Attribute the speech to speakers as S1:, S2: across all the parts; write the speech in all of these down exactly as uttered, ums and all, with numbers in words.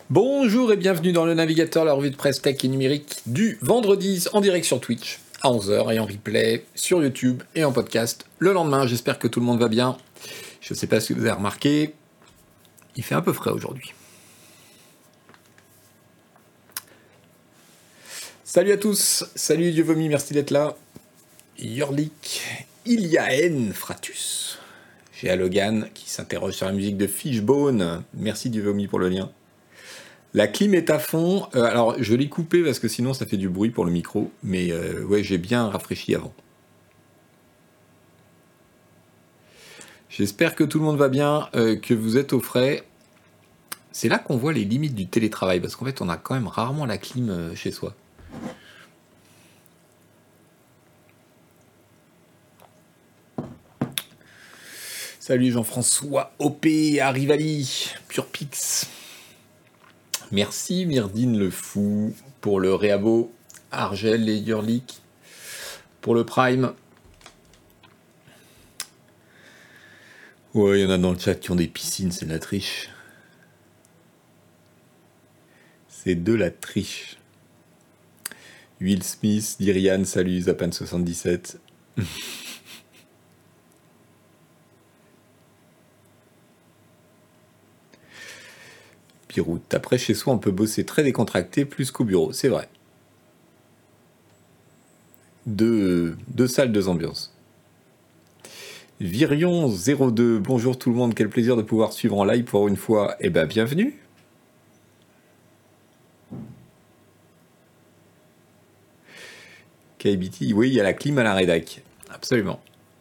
S1: Bonjour et bienvenue dans le navigateur, la revue de presse tech et numérique du vendredi en direct sur Twitch à onze heures et en replay sur YouTube et en podcast le lendemain. J'espère que tout le monde va bien. Je ne sais pas si vous avez remarqué, il fait un peu frais aujourd'hui. Salut à tous, salut Dieu vomi, merci d'être là. Yorlik, Iliaen Fratus. J'ai Logan qui s'interroge sur la musique de Fishbone. Merci Dieu vomi pour le lien. La clim est à fond. Euh, alors, je l'ai coupé parce que sinon ça fait du bruit pour le micro. Mais euh, ouais, j'ai bien rafraîchi avant. J'espère que tout le monde va bien, euh, que vous êtes au frais. C'est là qu'on voit les limites du télétravail. Parce qu'en fait, on a quand même rarement la clim euh, chez soi. Salut Jean-François, O P, Arrivali, Purepix. Merci Myrdine le Fou pour le réabo, Argel et Yurlik pour le Prime. Ouais, il y en a dans le chat qui ont des piscines, c'est de la triche. C'est de la triche. Will Smith, Dirian, salut, Zapan soixante-dix-sept. Piroute. Après, chez soi, on peut bosser très décontracté, plus qu'au bureau, c'est vrai. Deux, deux salles, deux ambiances. Virion zéro deux, bonjour tout le monde, quel plaisir de pouvoir suivre en live pour une fois. Eh ben, bienvenue. K B T, oui, il y a la clim à la rédac. Absolument.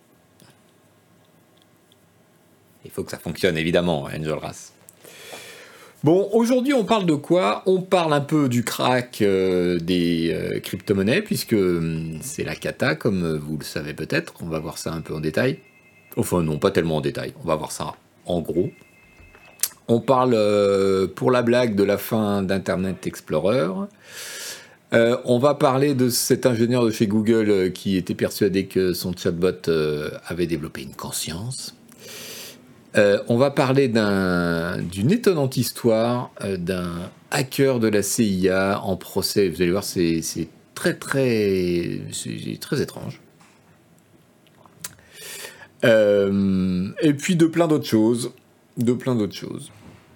S1: Il faut que ça fonctionne, évidemment, Angel Race. Bon, aujourd'hui, on parle de quoi? On parle un peu du crack euh, des euh, crypto-monnaies, puisque hum, c'est la cata, comme vous le savez peut-être. On va voir ça un peu en détail. Enfin, non, pas tellement en détail. On va voir ça en gros. On parle, euh, pour la blague, de la fin d'Internet Explorer. Euh, on va parler de cet ingénieur de chez Google euh, qui était persuadé que son chatbot euh, avait développé une conscience. Euh, on va parler d'un, d'une étonnante histoire euh, d'un hacker de la C I A en procès. Vous allez voir, c'est, c'est très très c'est très étrange. Euh, et puis de plein d'autres choses, de plein d'autres choses.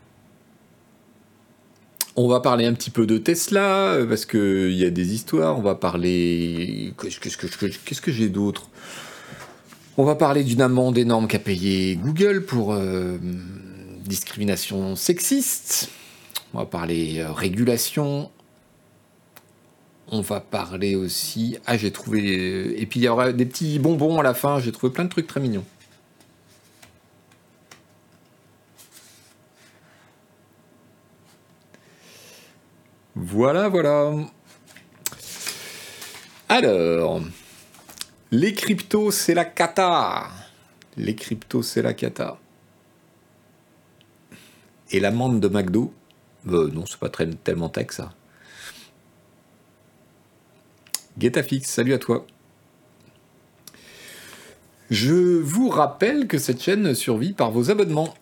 S1: On va parler un petit peu de Tesla parce que il y a des histoires. On va parler qu'est-ce que qu'est-ce que j'ai d'autre? On va parler d'une amende énorme qu'a payé Google pour euh, discrimination sexiste. On va parler euh, régulation. On va parler aussi... Ah, j'ai trouvé... Euh, et puis il y aura des petits bonbons à la fin. J'ai trouvé plein de trucs très mignons. Voilà, voilà. Alors... Les cryptos, c'est la cata. Les cryptos, c'est la cata. Et l'amende de McDo, euh, non, c'est pas très, tellement tech, ça. Getafix, salut à toi. Je vous rappelle que cette chaîne survit par vos abonnements.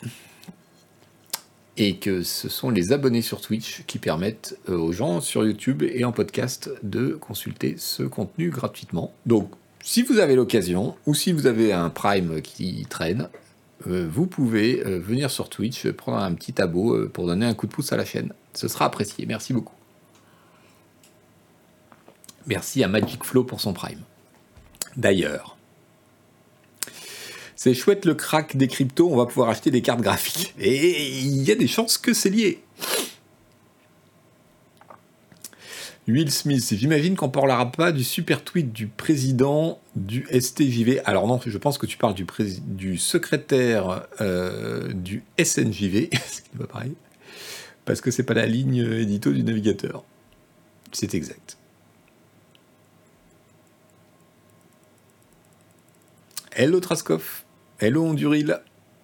S1: Et que ce sont les abonnés sur Twitch qui permettent aux gens sur YouTube et en podcast de consulter ce contenu gratuitement. Donc, si vous avez l'occasion, ou si vous avez un Prime qui traîne, euh, vous pouvez euh, venir sur Twitch, prendre un petit abo euh, pour donner un coup de pouce à la chaîne. Ce sera apprécié. Merci beaucoup. Merci à Magic Flow pour son Prime. D'ailleurs, c'est chouette le crack des cryptos, on va pouvoir acheter des cartes graphiques. Et il y a des chances que c'est lié. Will Smith, j'imagine qu'on ne parlera pas du super tweet du président du S T J V. Alors non, je pense que tu parles du, pré- du secrétaire euh, du S N J V, ce qui n'est pas pareil, parce que c'est pas la ligne édito du navigateur. C'est exact. Hello Traskov, hello Honduril.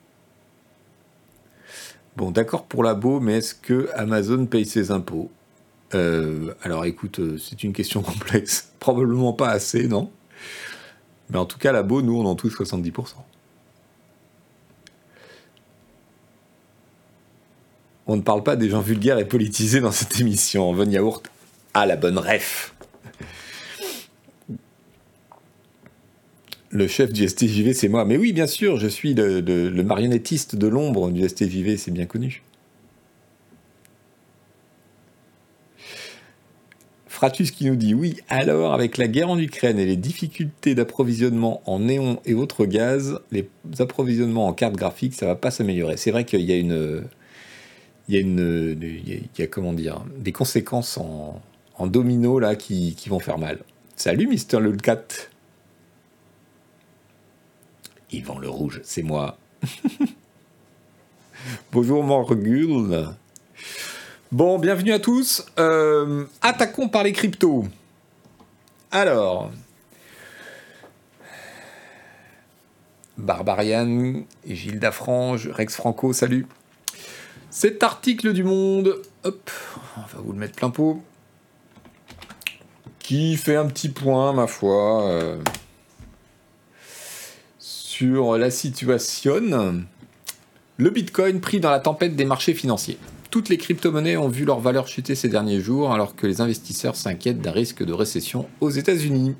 S1: Bon, d'accord pour labo, mais est-ce que Amazon paye ses impôts? Euh, alors écoute, euh, c'est une question complexe. Probablement pas assez, non? Mais en tout cas, labo, nous, on en touche soixante-dix pour cent. On ne parle pas des gens vulgaires et politisés dans cette émission. Von Yaourt a la bonne ref. Le chef du S T J V, c'est moi. Mais oui, bien sûr, je suis le, le, le marionnettiste de l'ombre du S T J V, c'est bien connu. Fratus qui nous dit, oui, alors avec la guerre en Ukraine et les difficultés d'approvisionnement en néon et autres gaz, les approvisionnements en cartes graphiques, ça va pas s'améliorer. C'est vrai qu'il y a une... Il y a une... Il y a, il y a comment dire, des conséquences en, en domino là qui, qui vont faire mal. Salut Mister Lulcat. Yvan le Rouge, c'est moi. Bonjour Morgul. Bon, bienvenue à tous. Euh, attaquons par les cryptos. Alors, Barbarian, Gilda Frange, Rex Franco, salut. Cet article du Monde, hop, on va vous le mettre plein pot, qui fait un petit point, ma foi, euh, sur la situation. Le Bitcoin pris dans la tempête des marchés financiers. Toutes les crypto-monnaies ont vu leur valeur chuter ces derniers jours, alors que les investisseurs s'inquiètent d'un risque de récession aux États-Unis.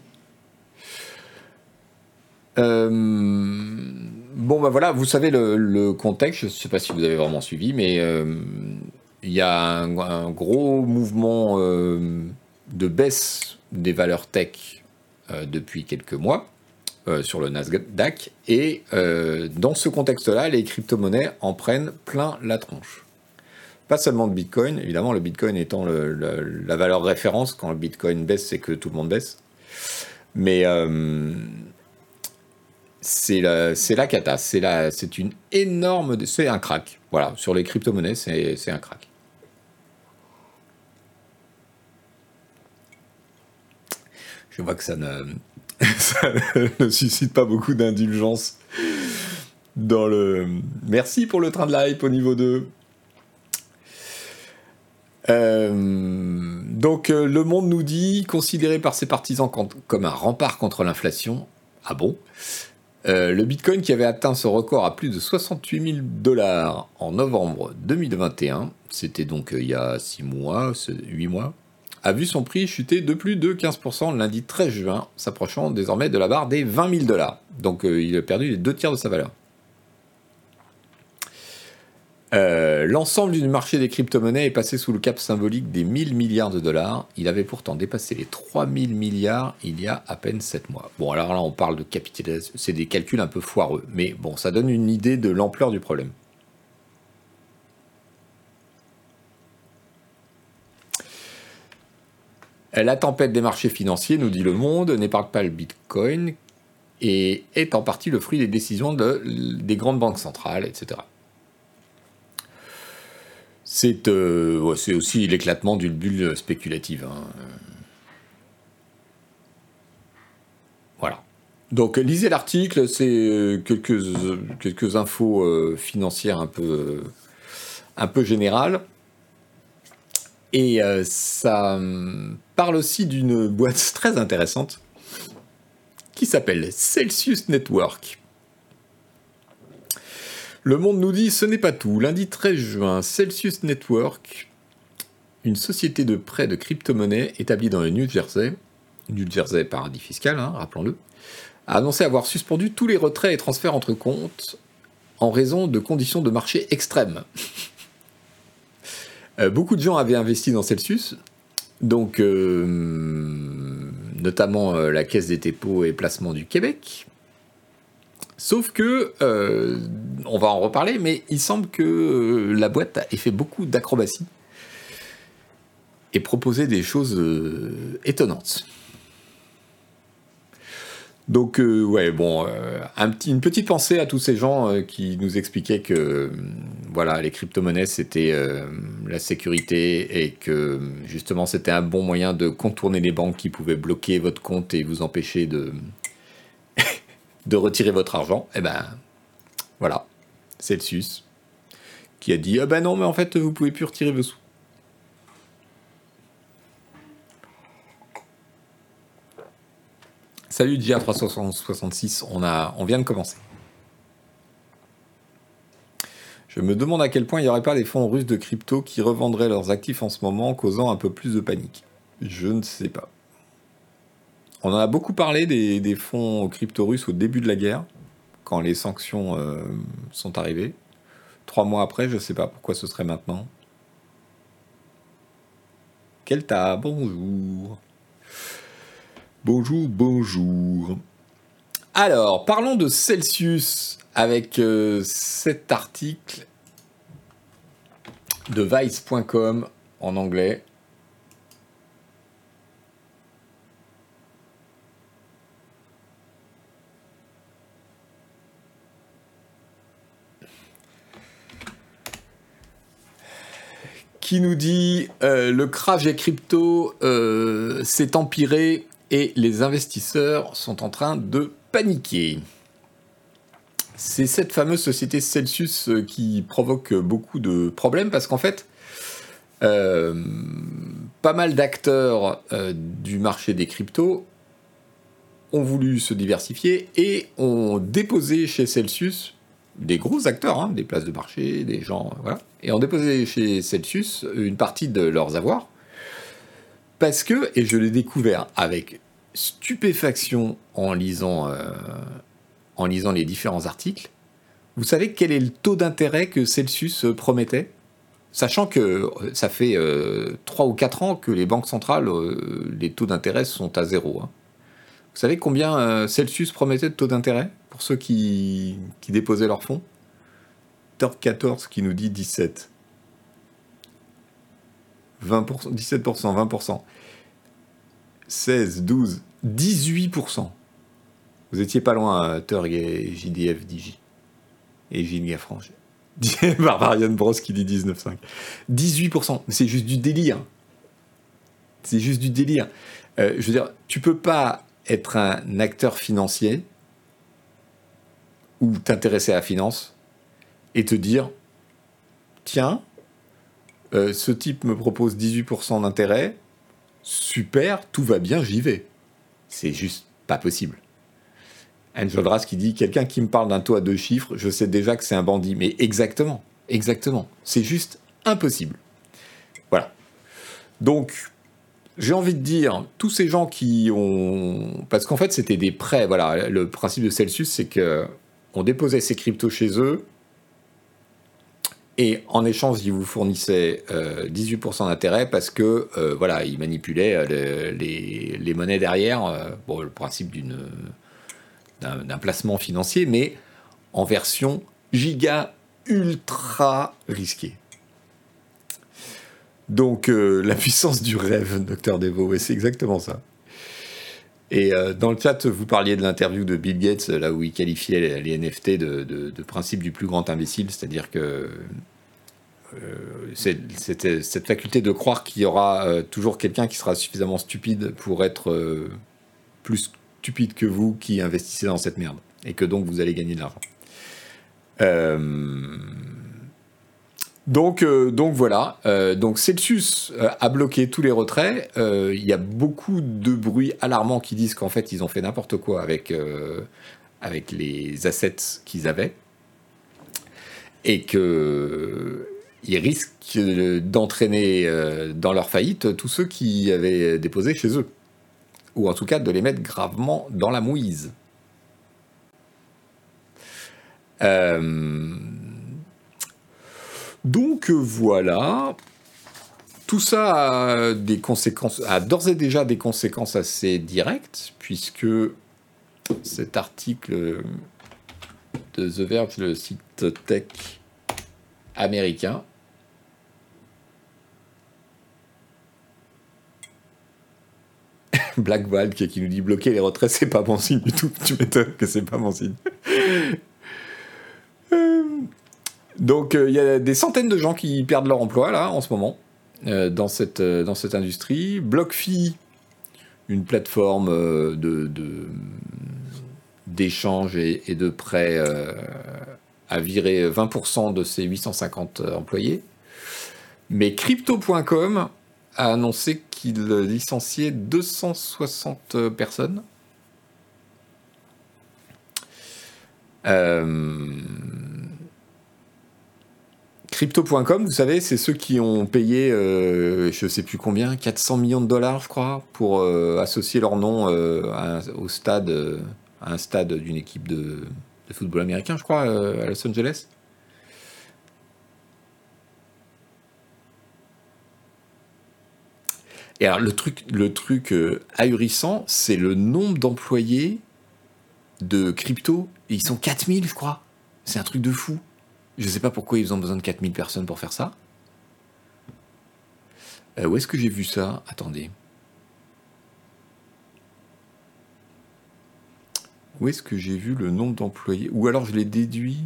S1: Euh, bon, bah voilà, vous savez le, le contexte, je ne sais pas si vous avez vraiment suivi, mais euh, il y a un, un gros mouvement euh, de baisse des valeurs tech euh, depuis quelques mois euh, sur le Nasdaq, et euh, dans ce contexte-là, les crypto-monnaies en prennent plein la tronche. Pas seulement de Bitcoin, évidemment, le Bitcoin étant le, le, la valeur référence. Quand le Bitcoin baisse, c'est que tout le monde baisse. Mais euh, c'est la, c'est la cata, c'est, la, c'est une énorme... C'est un crack. Voilà, sur les crypto-monnaies, c'est, c'est un crack. Je vois que ça ne, ça ne suscite pas beaucoup d'indulgence dans le... Merci pour le train de la hype au niveau deux. Euh, donc euh, Le Monde nous dit, considéré par ses partisans comme un rempart contre l'inflation, ah bon, euh, le Bitcoin qui avait atteint son record à plus de soixante-huit mille dollars en novembre deux mille vingt et un, c'était donc euh, il y a six mois, huit mois, a vu son prix chuter de plus de quinze pour cent le lundi treize juin, s'approchant désormais de la barre des vingt mille dollars. Donc euh, il a perdu les deux tiers de sa valeur. Euh, l'ensemble du marché des crypto-monnaies est passé sous le cap symbolique des mille milliards de dollars. Il avait pourtant dépassé les trois mille milliards il y a à peine sept mois. Bon, alors là, on parle de capitalisation. C'est des calculs un peu foireux. Mais bon, ça donne une idée de l'ampleur du problème. La tempête des marchés financiers, nous dit Le Monde, n'épargne pas le Bitcoin et est en partie le fruit des décisions de, des grandes banques centrales, et cetera. C'est, euh, ouais, c'est aussi l'éclatement d'une bulle spéculative. Hein. Voilà. Donc, lisez l'article, c'est quelques, quelques infos euh, financières un peu, un peu générales. Et euh, ça parle aussi d'une boîte très intéressante qui s'appelle Celsius Network. Le Monde nous dit, ce n'est pas tout. Lundi treize juin, Celsius Network, une société de prêt de crypto-monnaies établie dans le New Jersey, New Jersey paradis fiscal, hein, rappelons-le, a annoncé avoir suspendu tous les retraits et transferts entre comptes en raison de conditions de marché extrêmes. euh, beaucoup de gens avaient investi dans Celsius, donc euh, notamment euh, la Caisse des dépôts et placements du Québec. Sauf que, euh, on va en reparler, mais il semble que euh, la boîte ait fait beaucoup d'acrobaties et proposé des choses euh, étonnantes. Donc, euh, ouais, bon, euh, un petit, une petite pensée à tous ces gens euh, qui nous expliquaient que, euh, voilà, les crypto-monnaies, c'était euh, la sécurité et que, justement, c'était un bon moyen de contourner les banques qui pouvaient bloquer votre compte et vous empêcher de... de retirer votre argent. Et ben voilà, Celsius qui a dit ah ben non mais en fait vous pouvez plus retirer vos sous. Salut Dia trois cent soixante-six, on a on vient de commencer. Je me demande à quel point il n'y aurait pas des fonds russes de crypto qui revendraient leurs actifs en ce moment, causant un peu plus de panique. Je ne sais pas. On en a beaucoup parlé des, des fonds crypto russes au début de la guerre, quand les sanctions euh, sont arrivées. Trois mois après, je ne sais pas pourquoi ce serait maintenant. Kelta, bonjour. Bonjour, bonjour. Alors, parlons de Celsius avec euh, cet article de Vice point com en anglais. Qui nous dit euh, le crash des cryptos euh, s'est empiré et les investisseurs sont en train de paniquer. C'est cette fameuse société Celsius qui provoque beaucoup de problèmes parce qu'en fait, euh, pas mal d'acteurs euh, du marché des cryptos ont voulu se diversifier et ont déposé chez Celsius des gros acteurs, hein, des places de marché, des gens, voilà, et ont déposé chez Celsius une partie de leurs avoirs parce que, et je l'ai découvert avec stupéfaction en lisant, euh, en lisant les différents articles, vous savez quel est le taux d'intérêt que Celsius promettait ? Sachant que ça fait euh, trois ou quatre ans que les banques centrales, euh, les taux d'intérêt sont à zéro. Hein. Vous savez combien euh, Celsius promettait de taux d'intérêt pour ceux qui, qui déposaient leurs fonds ? Torque quatorze qui nous dit dix-sept. vingt pour cent, dix-sept pour cent, vingt pour cent. seize, douze, dix-huit pour cent. Vous étiez pas loin, Turg et J D F D J. Et Gilles Gaffrange. Barbarian Bros qui dit dix-neuf virgule cinq. dix-huit pour cent. C'est juste du délire. C'est juste du délire. Euh, je veux dire, tu peux pas être un acteur financier ou t'intéresser à la finance et te dire tiens, euh, ce type me propose dix-huit pour cent d'intérêt, super, tout va bien, j'y vais. C'est juste pas possible. Angel Ras qui dit quelqu'un qui me parle d'un taux à deux chiffres, je sais déjà que c'est un bandit. Mais exactement, exactement. C'est juste impossible. Voilà. Donc, j'ai envie de dire, tous ces gens qui ont... Parce qu'en fait, c'était des prêts. Voilà, le principe de Celsius, c'est qu'on déposait ses cryptos chez eux et en échange, ils vous fournissaient euh, dix-huit pour cent d'intérêt parce que, euh, voilà, ils manipulaient euh, les, les monnaies derrière. Euh, bon, le principe d'une... D'un, d'un placement financier, mais en version giga ultra risquée. Donc, euh, la puissance du rêve, Docteur Devo, et c'est exactement ça. Et euh, dans le chat, vous parliez de l'interview de Bill Gates, là où il qualifiait les, les N F T de, de, de principe du plus grand imbécile, c'est-à-dire que euh, c'est, c'est cette faculté de croire qu'il y aura euh, toujours quelqu'un qui sera suffisamment stupide pour être euh, plus stupide que vous qui investissez dans cette merde et que donc vous allez gagner de l'argent. Euh... Donc, euh, donc voilà. Euh, donc Celsius euh, a bloqué tous les retraits. Il euh, y a beaucoup de bruits alarmants qui disent qu'en fait ils ont fait n'importe quoi avec euh, avec les assets qu'ils avaient et que ils risquent d'entraîner euh, dans leur faillite tous ceux qui avaient déposé chez eux. Ou en tout cas de les mettre gravement dans la mouise. Euh... Donc voilà, tout ça a, des conséquences, a d'ores et déjà des conséquences assez directes, puisque cet article de The Verge, le site tech américain, Black Valve qui nous dit bloquer les retraits, c'est pas bon signe du tout. Tu m'étonnes que c'est pas bon signe. euh, donc il euh, y a des centaines de gens qui perdent leur emploi là en ce moment euh, dans cette euh, dans cette industrie. BlockFi, une plateforme euh, de, de d'échange et, et de prêt, euh, a viré vingt pour cent de ses huit cent cinquante employés. Mais Crypto point com a annoncé qu'il licenciait deux cent soixante personnes. Euh... crypto point com, vous savez, c'est ceux qui ont payé, euh, je sais plus combien, quatre cents millions de dollars, je crois, pour euh, associer leur nom euh, à un, au stade, euh, à un stade d'une équipe de, de football américain, je crois, euh, à Los Angeles. Et alors, le truc, le truc euh, ahurissant, c'est le nombre d'employés de crypto. Et ils sont quatre mille, je crois. C'est un truc de fou. Je sais pas pourquoi ils ont besoin de quatre mille personnes pour faire ça. Euh, où est-ce que j'ai vu ça? Attendez. Où est-ce que j'ai vu le nombre d'employés? Ou alors je l'ai déduit.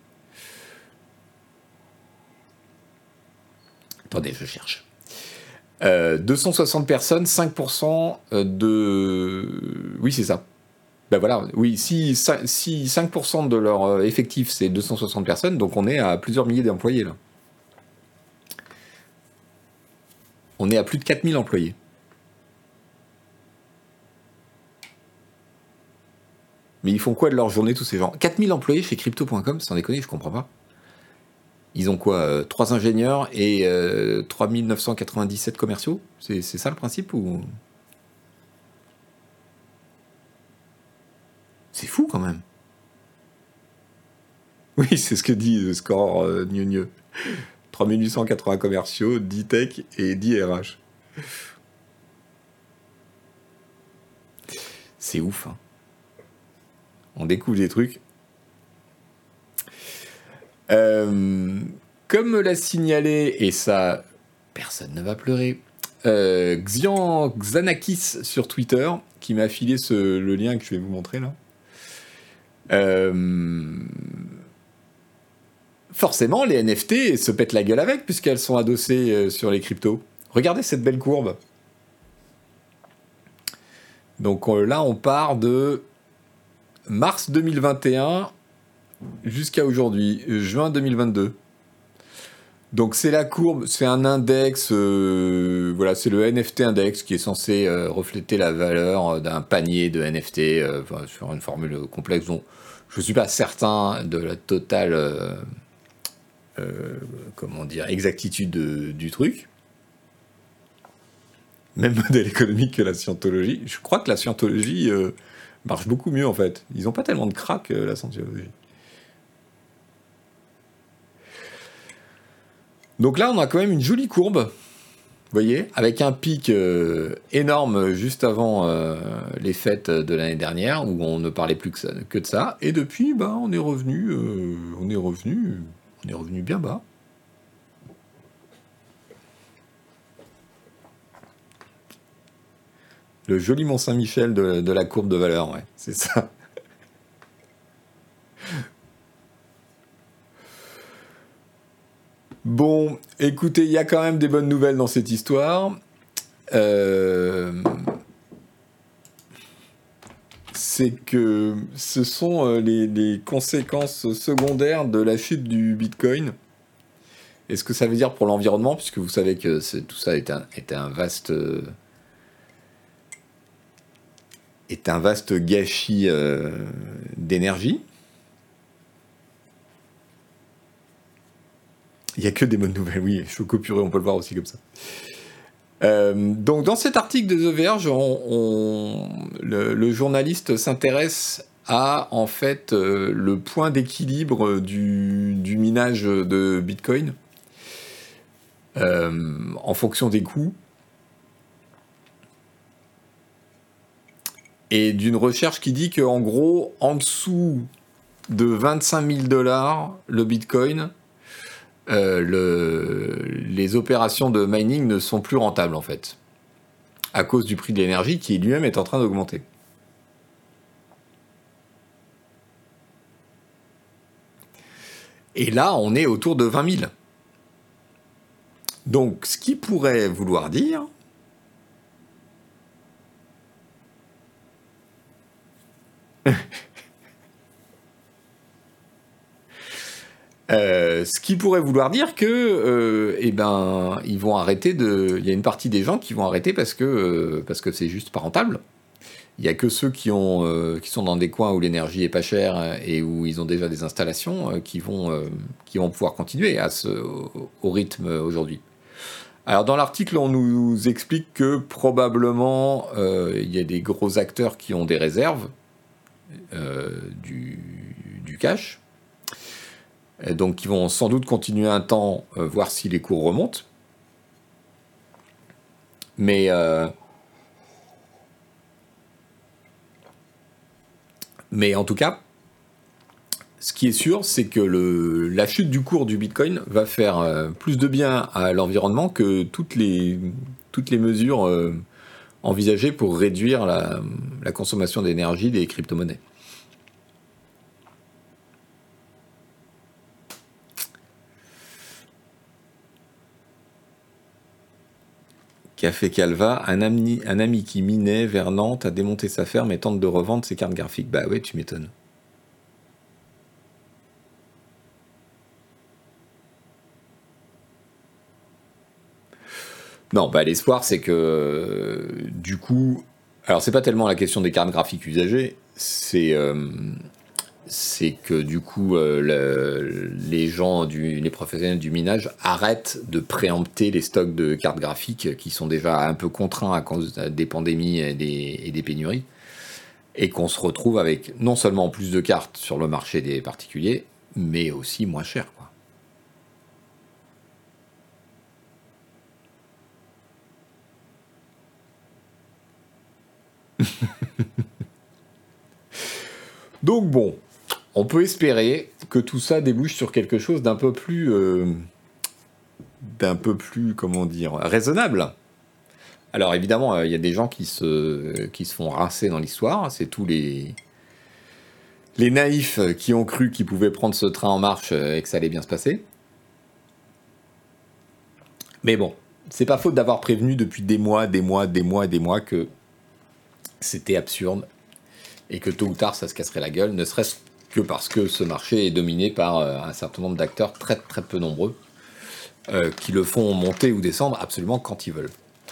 S1: Attendez, je cherche. Euh, deux cent soixante personnes, cinq pour cent de... Oui, c'est ça. Ben voilà, oui, si, si cinq pour cent de leur effectif, c'est deux cent soixante personnes, donc on est à plusieurs milliers d'employés, là. On est à plus de quatre mille employés. Mais ils font quoi de leur journée, tous ces gens? quatre mille employés chez crypto point com, sans déconner, je comprends pas. Ils ont quoi euh, trois ingénieurs et euh, trois mille neuf cent quatre-vingt-dix-sept commerciaux? C'est ça le principe ou... C'est fou quand même. Oui, c'est ce que dit le score euh, Gneu Gneu. trois mille huit cent quatre-vingts commerciaux, dix tech et dix R H. C'est ouf, hein. On découvre des trucs. Euh, comme me l'a signalé, et ça, personne ne va pleurer, euh, Xian Xanakis sur Twitter, qui m'a filé ce, le lien que je vais vous montrer là. Euh, forcément, les N F T se pètent la gueule avec, puisqu'elles sont adossées euh, sur les cryptos. Regardez cette belle courbe. Donc euh, là, on part de mars deux mille vingt et un jusqu'à aujourd'hui, juin deux mille vingt-deux. Donc c'est la courbe, c'est un index, euh, voilà, c'est le N F T index qui est censé euh, refléter la valeur d'un panier de N F T euh, enfin, sur une formule complexe dont je ne suis pas certain de la totale euh, euh, comment dire, exactitude de, du truc. Même modèle économique que la scientologie. Je crois que la scientologie euh, marche beaucoup mieux en fait. Ils n'ont pas tellement de crack, euh, la scientologie. Donc là, on a quand même une jolie courbe, vous voyez, avec un pic euh, énorme juste avant euh, les fêtes de l'année dernière, où on ne parlait plus que, ça, que de ça, et depuis, bah, on est revenu, euh, on est revenu, on est revenu bien bas. Le joli Mont-Saint-Michel de, de la courbe de valeur, ouais, c'est ça. Bon, écoutez, il y a quand même des bonnes nouvelles dans cette histoire. Euh, c'est que ce sont les, les conséquences secondaires de la chute du Bitcoin. Et ce que ça veut dire pour l'environnement, puisque vous savez que tout ça est un, est un vaste... est un vaste gâchis euh, d'énergie. Il n'y a que des bonnes nouvelles, oui, Chocopuré, on peut le voir aussi comme ça. Euh, donc dans cet article de The Verge, on, on, le, le journaliste s'intéresse à en fait euh, le point d'équilibre du, du minage de Bitcoin euh, en fonction des coûts et d'une recherche qui dit qu'en gros, en dessous de vingt-cinq mille dollars, le Bitcoin... Euh, le, les opérations de mining ne sont plus rentables en fait, à cause du prix de l'énergie qui lui-même est en train d'augmenter. Et là, on est autour de vingt mille. Donc, ce qui pourrait vouloir dire... Euh, ce qui pourrait vouloir dire que, euh, eh ben, ils vont arrêter de. Il y a une partie des gens qui vont arrêter parce que euh, parce que c'est juste pas rentable Il n'y a que ceux qui, ont, euh, qui sont dans des coins où l'énergie est pas chère et où ils ont déjà des installations euh, qui, vont, euh, qui vont pouvoir continuer à ce, au, au rythme aujourd'hui. Alors dans l'article, on nous explique que probablement euh, il y a des gros acteurs qui ont des réserves euh, du, du cash, et donc qui vont sans doute continuer un temps, euh, voir si les cours remontent. Mais... Euh, Mais en tout cas, ce qui est sûr, c'est que le, la chute du cours du Bitcoin va faire euh, plus de bien à l'environnement que toutes les, toutes les mesures euh, envisagées pour réduire la, la consommation d'énergie des crypto-monnaies. Café Calva, un ami, un ami qui minait vers Nantes a démonté sa ferme et tente de revendre ses cartes graphiques. Bah ouais, tu m'étonnes. Non, bah l'espoir, c'est que euh, du coup, alors c'est pas tellement la question des cartes graphiques usagées, c'est euh, c'est que du coup, euh, le, les gens, du, les professionnels du minage arrêtent de préempter les stocks de cartes graphiques qui sont déjà un peu contraints à cause des pandémies et des, et des pénuries, et qu'on se retrouve avec non seulement plus de cartes sur le marché des particuliers, mais aussi moins cher, quoi. Donc bon, on peut espérer que tout ça débouche sur quelque chose d'un peu plus, euh, d'un peu plus, comment dire, raisonnable. Alors évidemment, il euh, y a des gens qui se, qui se font rincer dans l'histoire. C'est tous les, les naïfs qui ont cru qu'ils pouvaient prendre ce train en marche et que ça allait bien se passer. Mais bon, c'est pas faute d'avoir prévenu depuis des mois, des mois, des mois et des mois que c'était absurde et que tôt ou tard ça se casserait la gueule, ne serait-ce que parce que ce marché est dominé par euh, un certain nombre d'acteurs très très peu nombreux euh, qui le font monter ou descendre absolument quand ils veulent.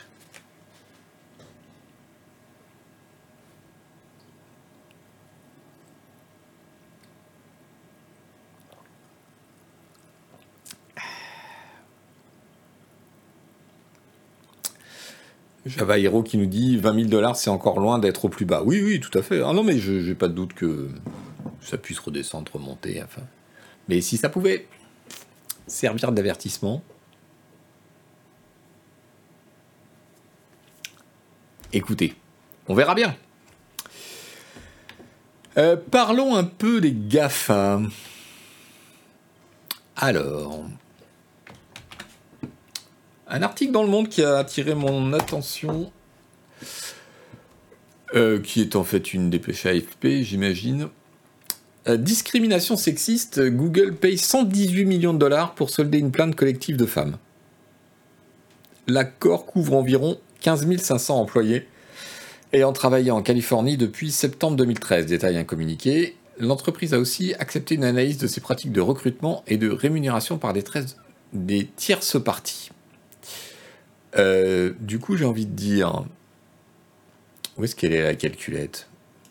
S1: Java Hero qui nous dit vingt mille dollars, c'est encore loin d'être au plus bas. Oui, oui, tout à fait. Ah non, mais je n'ai pas de doute que ça puisse redescendre, remonter. Enfin. Mais si ça pouvait servir d'avertissement, écoutez, on verra bien. Euh, parlons un peu des GAFA. Alors, un article dans Le Monde qui a attiré mon attention, euh, qui est en fait une dépêche A F P, j'imagine. Euh, discrimination sexiste, Google paye cent dix-huit millions de dollars pour solder une plainte collective de femmes. L'accord couvre environ quinze mille cinq cents employés ayant travaillé en Californie depuis septembre deux mille treize, détaille un communiqué. L'entreprise a aussi accepté une analyse de ses pratiques de recrutement et de rémunération par des, treize, des tierces parties. Euh, du coup, j'ai envie de dire... Où est-ce qu'elle est la calculette ?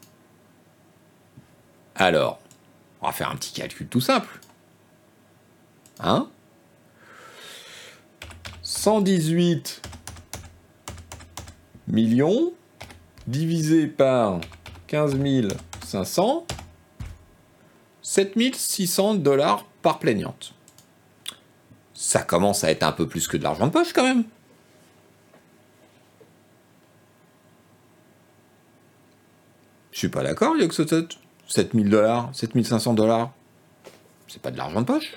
S1: Alors, on va faire un petit calcul tout simple. Hein ? cent dix-huit millions divisé par quinze mille cinq cents, sept mille six cents dollars par plaignante. Ça commence à être un peu plus que de l'argent de poche quand même. Je suis pas d'accord, Yoxotot. sept mille dollars, sept mille cinq cents dollars, c'est pas de l'argent de poche.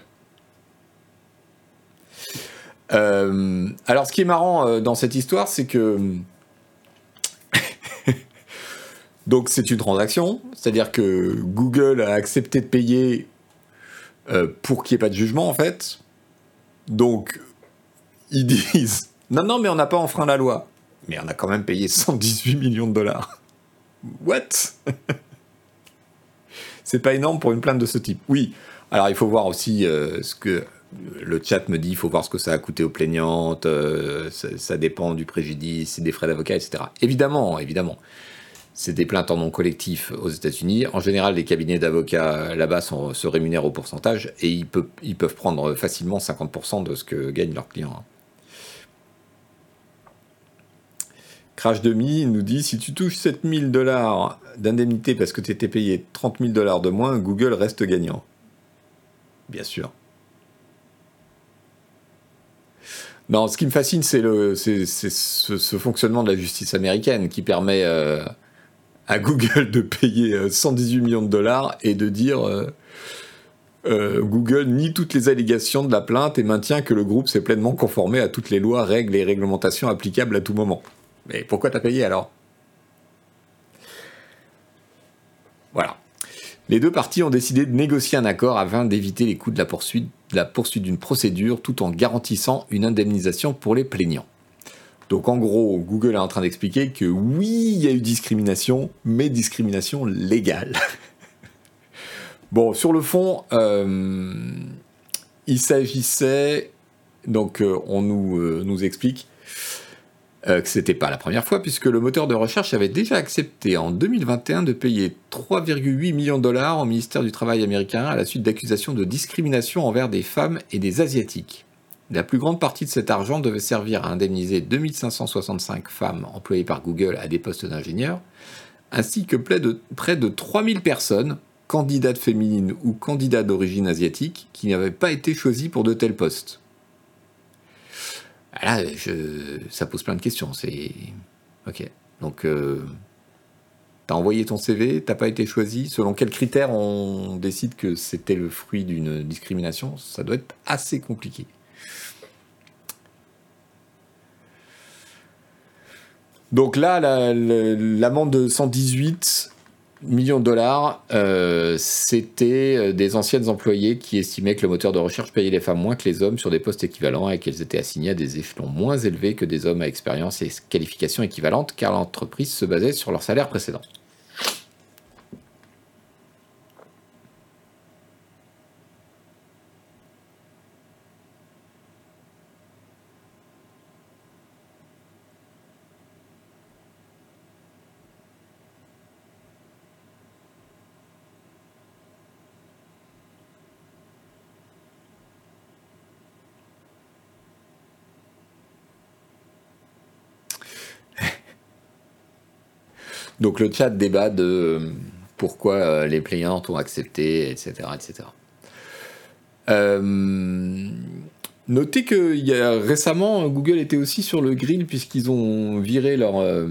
S1: Euh, alors, ce qui est marrant euh, dans cette histoire, c'est que donc c'est une transaction, c'est-à-dire que Google a accepté de payer euh, pour qu'il n'y ait pas de jugement, en fait. Donc, ils disent non, non, mais on n'a pas enfreint la loi, mais on a quand même payé cent dix-huit millions de dollars. What? C'est pas énorme pour une plainte de ce type. Oui. Alors, il faut voir aussi euh, ce que le chat me dit, il faut voir ce que ça a coûté aux plaignantes, euh, ça, ça dépend du préjudice, des frais d'avocat, et cetera. Évidemment, évidemment. c'est des plaintes en nom collectif aux États-Unis. En général, les cabinets d'avocats là-bas sont, se rémunèrent au pourcentage et ils peuvent, ils peuvent prendre facilement cinquante pour cent de ce que gagnent leurs clients. Crash Demi nous dit, si tu touches sept mille dollars d'indemnité parce que tu étais payé trente mille dollars de moins, Google reste gagnant. Bien sûr. Non, ce qui me fascine, c'est, le, c'est, c'est ce, ce fonctionnement de la justice américaine qui permet euh, à Google de payer cent dix-huit millions de dollars et de dire euh, euh, Google nie toutes les allégations de la plainte et maintient que le groupe s'est pleinement conformé à toutes les lois, règles et réglementations applicables à tout moment. Mais pourquoi t'as payé alors? Voilà. Les deux parties ont décidé de négocier un accord afin d'éviter les coûts de la poursuite, de la poursuite d'une procédure tout en garantissant une indemnisation pour les plaignants. Donc en gros, Google est en train d'expliquer que oui, il y a eu discrimination, mais discrimination légale. Bon, sur le fond, euh, il s'agissait, donc euh, on nous, euh, nous explique euh, que c'était pas la première fois, puisque le moteur de recherche avait déjà accepté en deux mille vingt et un de payer trois virgule huit millions de dollars au ministère du Travail américain à la suite d'accusations de discrimination envers des femmes et des Asiatiques. La plus grande partie de cet argent devait servir à indemniser deux mille cinq cent soixante-cinq femmes employées par Google à des postes d'ingénieurs, ainsi que près de, près de trois mille personnes, candidates féminines ou candidats d'origine asiatique, qui n'avaient pas été choisies pour de tels postes. Là, je, ça pose plein de questions. C'est ok. Donc, euh, t'as envoyé ton C V, t'as pas été choisi. Selon quels critères on décide que c'était le fruit d'une discrimination? Ça doit être assez compliqué. Donc là, la, la, l'amende de cent dix-huit millions de dollars, euh, c'était des anciennes employées qui estimaient que le moteur de recherche payait les femmes moins que les hommes sur des postes équivalents et qu'elles étaient assignées à des échelons moins élevés que des hommes à expérience et qualifications équivalentes, car l'entreprise se basait sur leur salaire précédent. Donc le chat débat de euh, pourquoi euh, les plaignantes ont accepté, et cetera, et cetera. Euh, notez que il y a, récemment, Google était aussi sur le grill puisqu'ils ont viré leur, euh,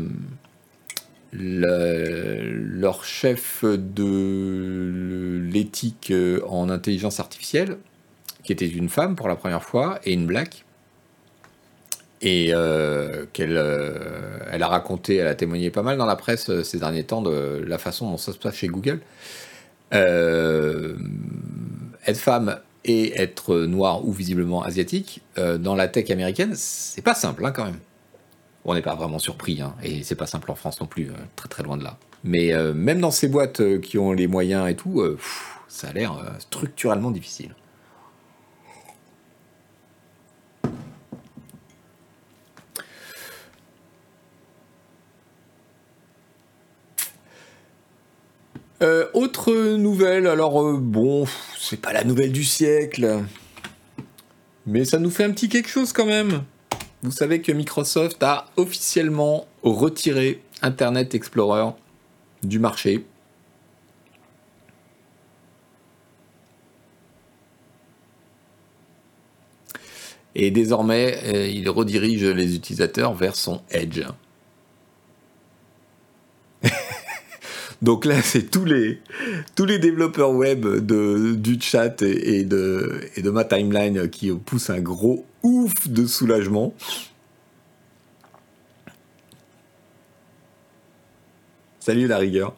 S1: la, leur chef de l'éthique en intelligence artificielle, qui était une femme pour la première fois, et une black. Et euh, qu'elle euh, elle a raconté, elle a témoigné pas mal dans la presse euh, ces derniers temps de la façon dont ça se passe chez Google. Euh, être femme et être noire ou visiblement asiatique, euh, dans la tech américaine, c'est pas simple hein, quand même. On n'est pas vraiment surpris, hein, et c'est pas simple en France non plus, euh, très très loin de là. Mais euh, même dans ces boîtes euh, qui ont les moyens et tout, euh, pff, ça a l'air euh, structurellement difficile. Euh, autre nouvelle, alors euh, bon, c'est pas la nouvelle du siècle, mais ça nous fait un petit quelque chose quand même. Vous savez que Microsoft a officiellement retiré Internet Explorer du marché. Et désormais, euh, il redirige les utilisateurs vers son Edge. Donc là, c'est tous les, tous les développeurs web de, du chat et, et, de, et de ma timeline qui poussent un gros ouf de soulagement. Salut la rigueur.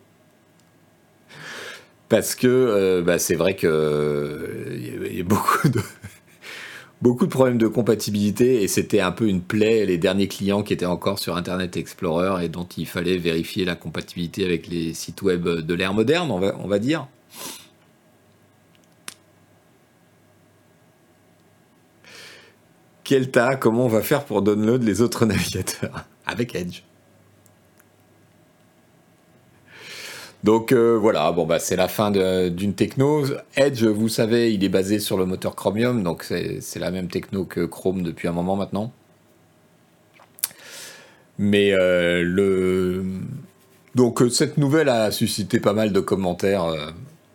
S1: Parce que euh, bah, c'est vrai qu'il euh, y a beaucoup de... Beaucoup de problèmes de compatibilité et c'était un peu une plaie, les derniers clients qui étaient encore sur Internet Explorer et dont il fallait vérifier la compatibilité avec les sites web de l'ère moderne, on va, on va dire. Quel tas, comment on va faire pour download les autres navigateurs avec Edge? Donc euh, voilà, bon bah c'est la fin de- d'une techno. Edge, vous savez, il est basé sur le moteur Chromium, donc c'est c'est la même techno que Chrome depuis un moment maintenant. Mais euh, le donc euh, cette nouvelle a suscité pas mal de commentaires. euh.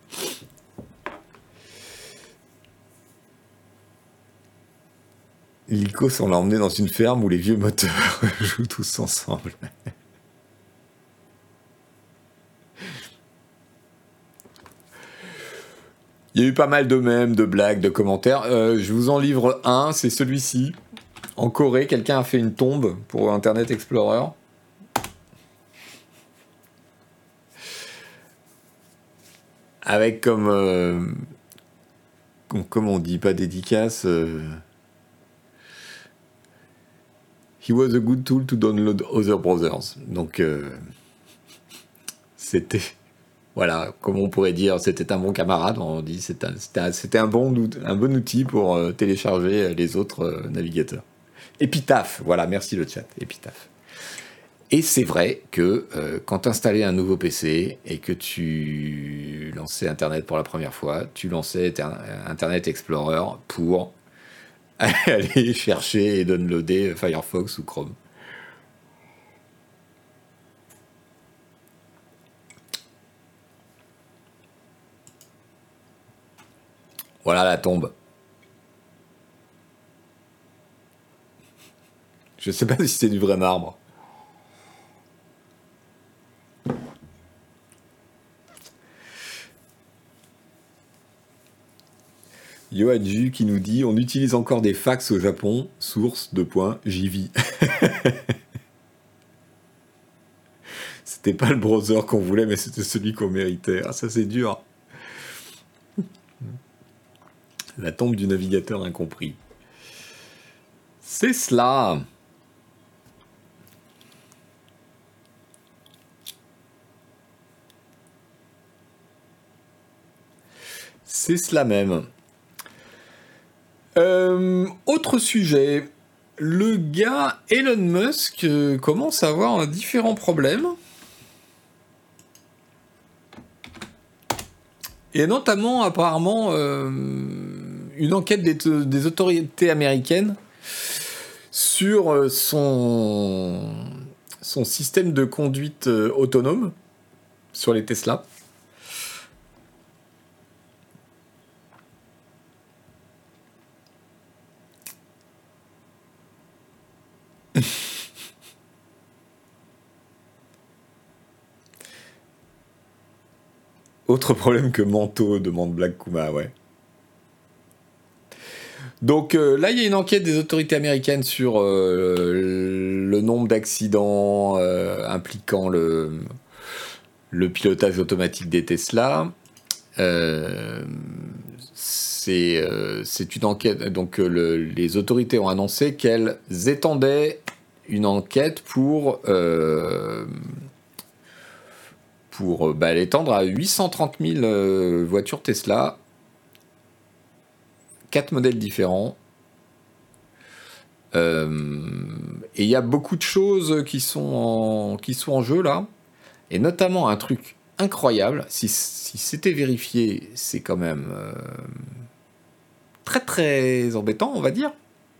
S1: Lycos, on l'a emmené dans une ferme où les vieux moteurs jouent tous ensemble. Il y a eu pas mal de mèmes, de blagues, de commentaires. Euh, je vous en livre un, c'est celui-ci. En Corée, quelqu'un a fait une tombe pour Internet Explorer. Avec comme... euh, com- comme on dit, pas dédicace... euh, He was a good tool to download other browsers. Donc, euh, c'était... Voilà, comme on pourrait dire, c'était un bon camarade. On dit c'était un, c'était un, c'était un bon, out- un bon outil pour euh, télécharger les autres euh, navigateurs. Épitaphe, voilà, merci le chat, Épitaphe. Et c'est vrai que euh, quand tu installais un nouveau P C et que tu lançais Internet pour la première fois, tu lançais Inter- Internet Explorer pour aller chercher et downloader Firefox ou Chrome. Voilà la tombe. Je sais pas si c'est du vrai marbre. Yoadju qui nous dit on utilise encore des fax au Japon, source de points, j'y vis. C'était pas le browser qu'on voulait, mais c'était celui qu'on méritait. Ah, ça c'est dur. La tombe du navigateur incompris. C'est cela. C'est cela même. Euh, autre sujet. Le gars Elon Musk euh, commence à avoir un différent problème. Et notamment, apparemment, euh, une enquête des, des autorités américaines sur euh, son, son système de conduite euh, autonome sur les Tesla. Autre problème que manteau, demande Black Kuma, ouais. Donc euh, là, il y a une enquête des autorités américaines sur euh, le nombre d'accidents euh, impliquant le, le pilotage automatique des Tesla. Euh, c'est euh, c'est une enquête. Donc euh, le, les autorités ont annoncé qu'elles étendaient une enquête pour euh, pour euh, bah, l'étendre à huit cent trente mille euh, voitures Tesla, quatre modèles différents. Euh, et il y a beaucoup de choses qui sont en, qui sont en jeu là, et notamment un truc incroyable. Si, si c'était vérifié, c'est quand même euh, très très embêtant, on va dire.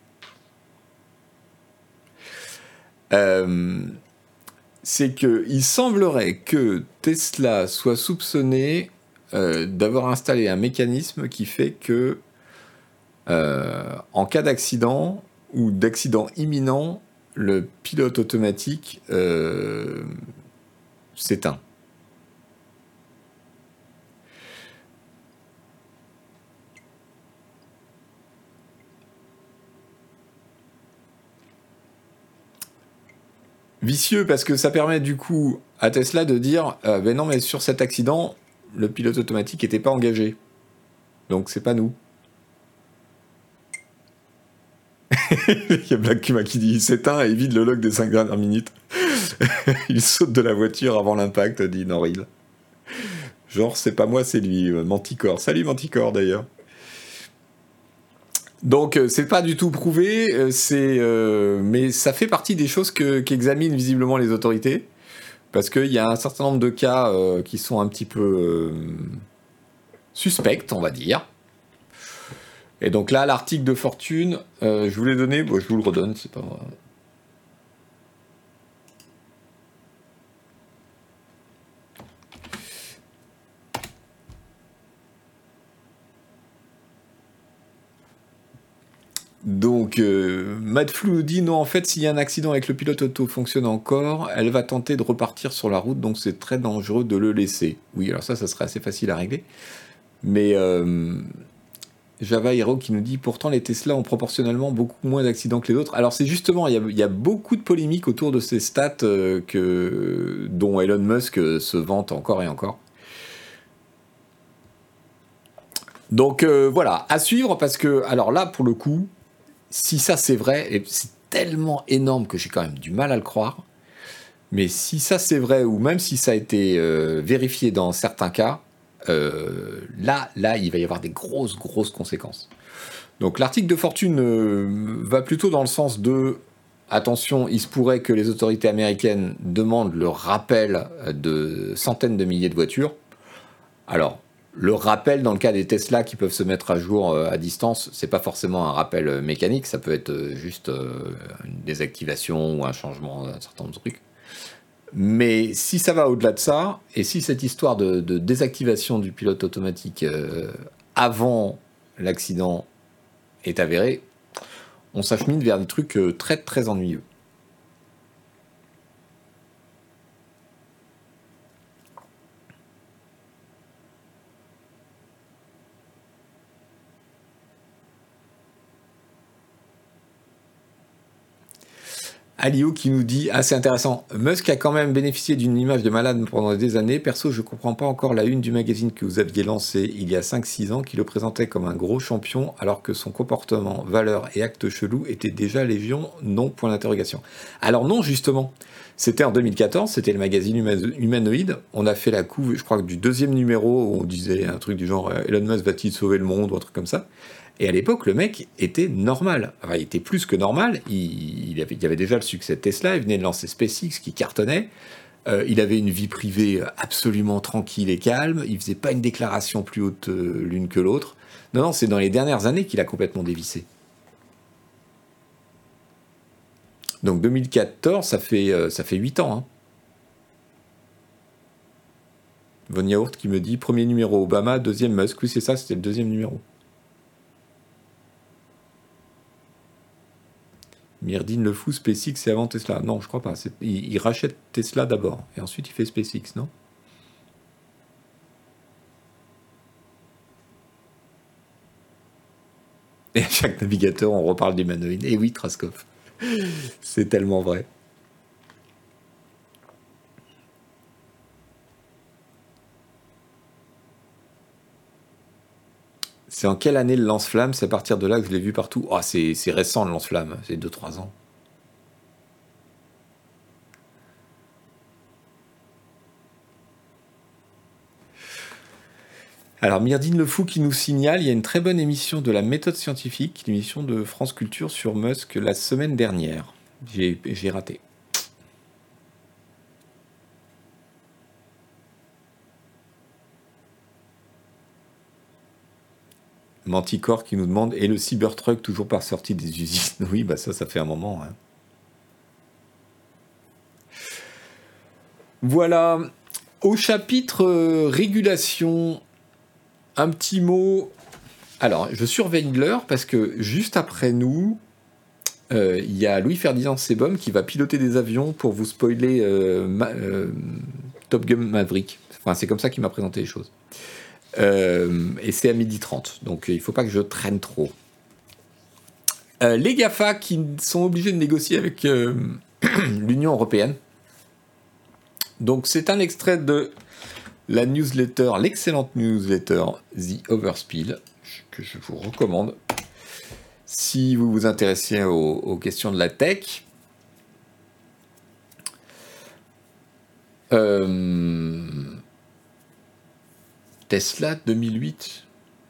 S1: Euh, c'est que il semblerait que Tesla soit soupçonné euh, d'avoir installé un mécanisme qui fait que euh, en cas d'accident ou d'accident imminent, le pilote automatique euh, s'éteint. Vicieux parce que ça permet du coup à Tesla de dire euh, ben non mais sur cet accident le pilote automatique n'était pas engagé, donc c'est pas nous. Il y a Black Kuma qui dit il s'éteint et vide le log des cinq dernières minutes. Il saute de la voiture avant l'impact, dit Noril. Genre c'est pas moi, c'est lui, Manticore. Salut Manticore d'ailleurs. Donc euh, c'est pas du tout prouvé, euh, c'est euh, mais ça fait partie des choses que, qu'examinent visiblement les autorités. Parce qu'il y a un certain nombre de cas euh, qui sont un petit peu euh, suspects, on va dire. Et donc là, l'article de Fortune, euh, je vous l'ai donné, bon, je vous le redonne, c'est pas vrai. Donc, euh, Matt Flou dit non, en fait, s'il y a un accident avec le pilote auto fonctionne encore, elle va tenter de repartir sur la route, donc c'est très dangereux de le laisser. Oui, alors ça, ça serait assez facile à régler. Mais euh, Java Hero qui nous dit pourtant les Tesla ont proportionnellement beaucoup moins d'accidents que les autres. Alors c'est justement, il y, a, il y a beaucoup de polémiques autour de ces stats euh, que, dont Elon Musk euh, se vante encore et encore. Donc euh, voilà, à suivre parce que, alors là pour le coup, si ça c'est vrai, et c'est tellement énorme que j'ai quand même du mal à le croire, mais si ça c'est vrai, ou même si ça a été euh, vérifié dans certains cas, euh, là, là, il va y avoir des grosses, grosses conséquences. Donc l'article de Fortune euh, va plutôt dans le sens de attention, il se pourrait que les autorités américaines demandent le rappel de centaines de milliers de voitures. Alors, le rappel dans le cas des Tesla qui peuvent se mettre à jour euh, à distance, c'est pas forcément un rappel euh, mécanique, ça peut être euh, juste euh, une désactivation ou un changement d'un certain nombre de trucs. Mais si ça va au-delà de ça, et si cette histoire de, de désactivation du pilote automatique euh, avant l'accident est avérée, on s'achemine vers des trucs euh, très très ennuyeux. Alio qui nous dit, ah c'est intéressant, Musk a quand même bénéficié d'une image de malade pendant des années, perso je comprends pas encore la une du magazine que vous aviez lancé il y a cinq six ans qui le présentait comme un gros champion alors que son comportement, valeurs et actes chelous étaient déjà légion, non point d'interrogation. Alors non justement, c'était en deux mille quatorze, c'était le magazine Humanoïde, on a fait la couve, je crois que du deuxième numéro où on disait un truc du genre Elon Musk va-t-il sauver le monde ou un truc comme ça. Et à l'époque, le mec était normal. Enfin, il était plus que normal. Il, il, avait, il avait déjà le succès de Tesla. Il venait de lancer SpaceX qui cartonnait. Euh, il avait une vie privée absolument tranquille et calme. Il faisait pas une déclaration plus haute euh, l'une que l'autre. Non, non, c'est dans les dernières années qu'il a complètement dévissé. Donc deux mille quatorze, ça fait, euh, ça fait huit ans. Hein. Von Yaourt qui me dit premier numéro Obama, deuxième Musk. Oui, c'est ça, c'était le deuxième numéro. Myrdine le fou, SpaceX, c'est avant Tesla. Non, je crois pas. Il, il rachète Tesla d'abord, et ensuite il fait SpaceX, non? Et à chaque navigateur, on reparle d'humanoïde. Et oui, Traskov. C'est tellement vrai. C'est en quelle année le lance-flamme? C'est à partir de là que je l'ai vu partout. Ah, oh, c'est récent le lance-flamme, c'est deux trois ans. Alors, Myrdine Le Fou qui nous signale, il y a une très bonne émission de la méthode scientifique, l'émission de France Culture sur Musk la semaine dernière. J'ai raté. Manticore qui nous demande, et le Cybertruck toujours pas sorti des usines? Oui, bah ça, ça fait un moment. Hein. Voilà. Au chapitre euh, régulation, un petit mot. Alors, je surveille l'heure parce que juste après nous, il euh, y a Louis-Ferdinand Sebom qui va piloter des avions pour vous spoiler euh, ma, euh, Top Gun Maverick. Enfin, c'est comme ça qu'il m'a présenté les choses. Euh, et c'est à midi trente, donc il ne faut pas que je traîne trop. Euh, les GAFA qui sont obligés de négocier avec euh, l'Union européenne. Donc c'est un extrait de la newsletter, l'excellente newsletter The Overspill, que je vous recommande si vous vous intéressez aux, aux questions de la tech. Euh, Tesla deux mille huit.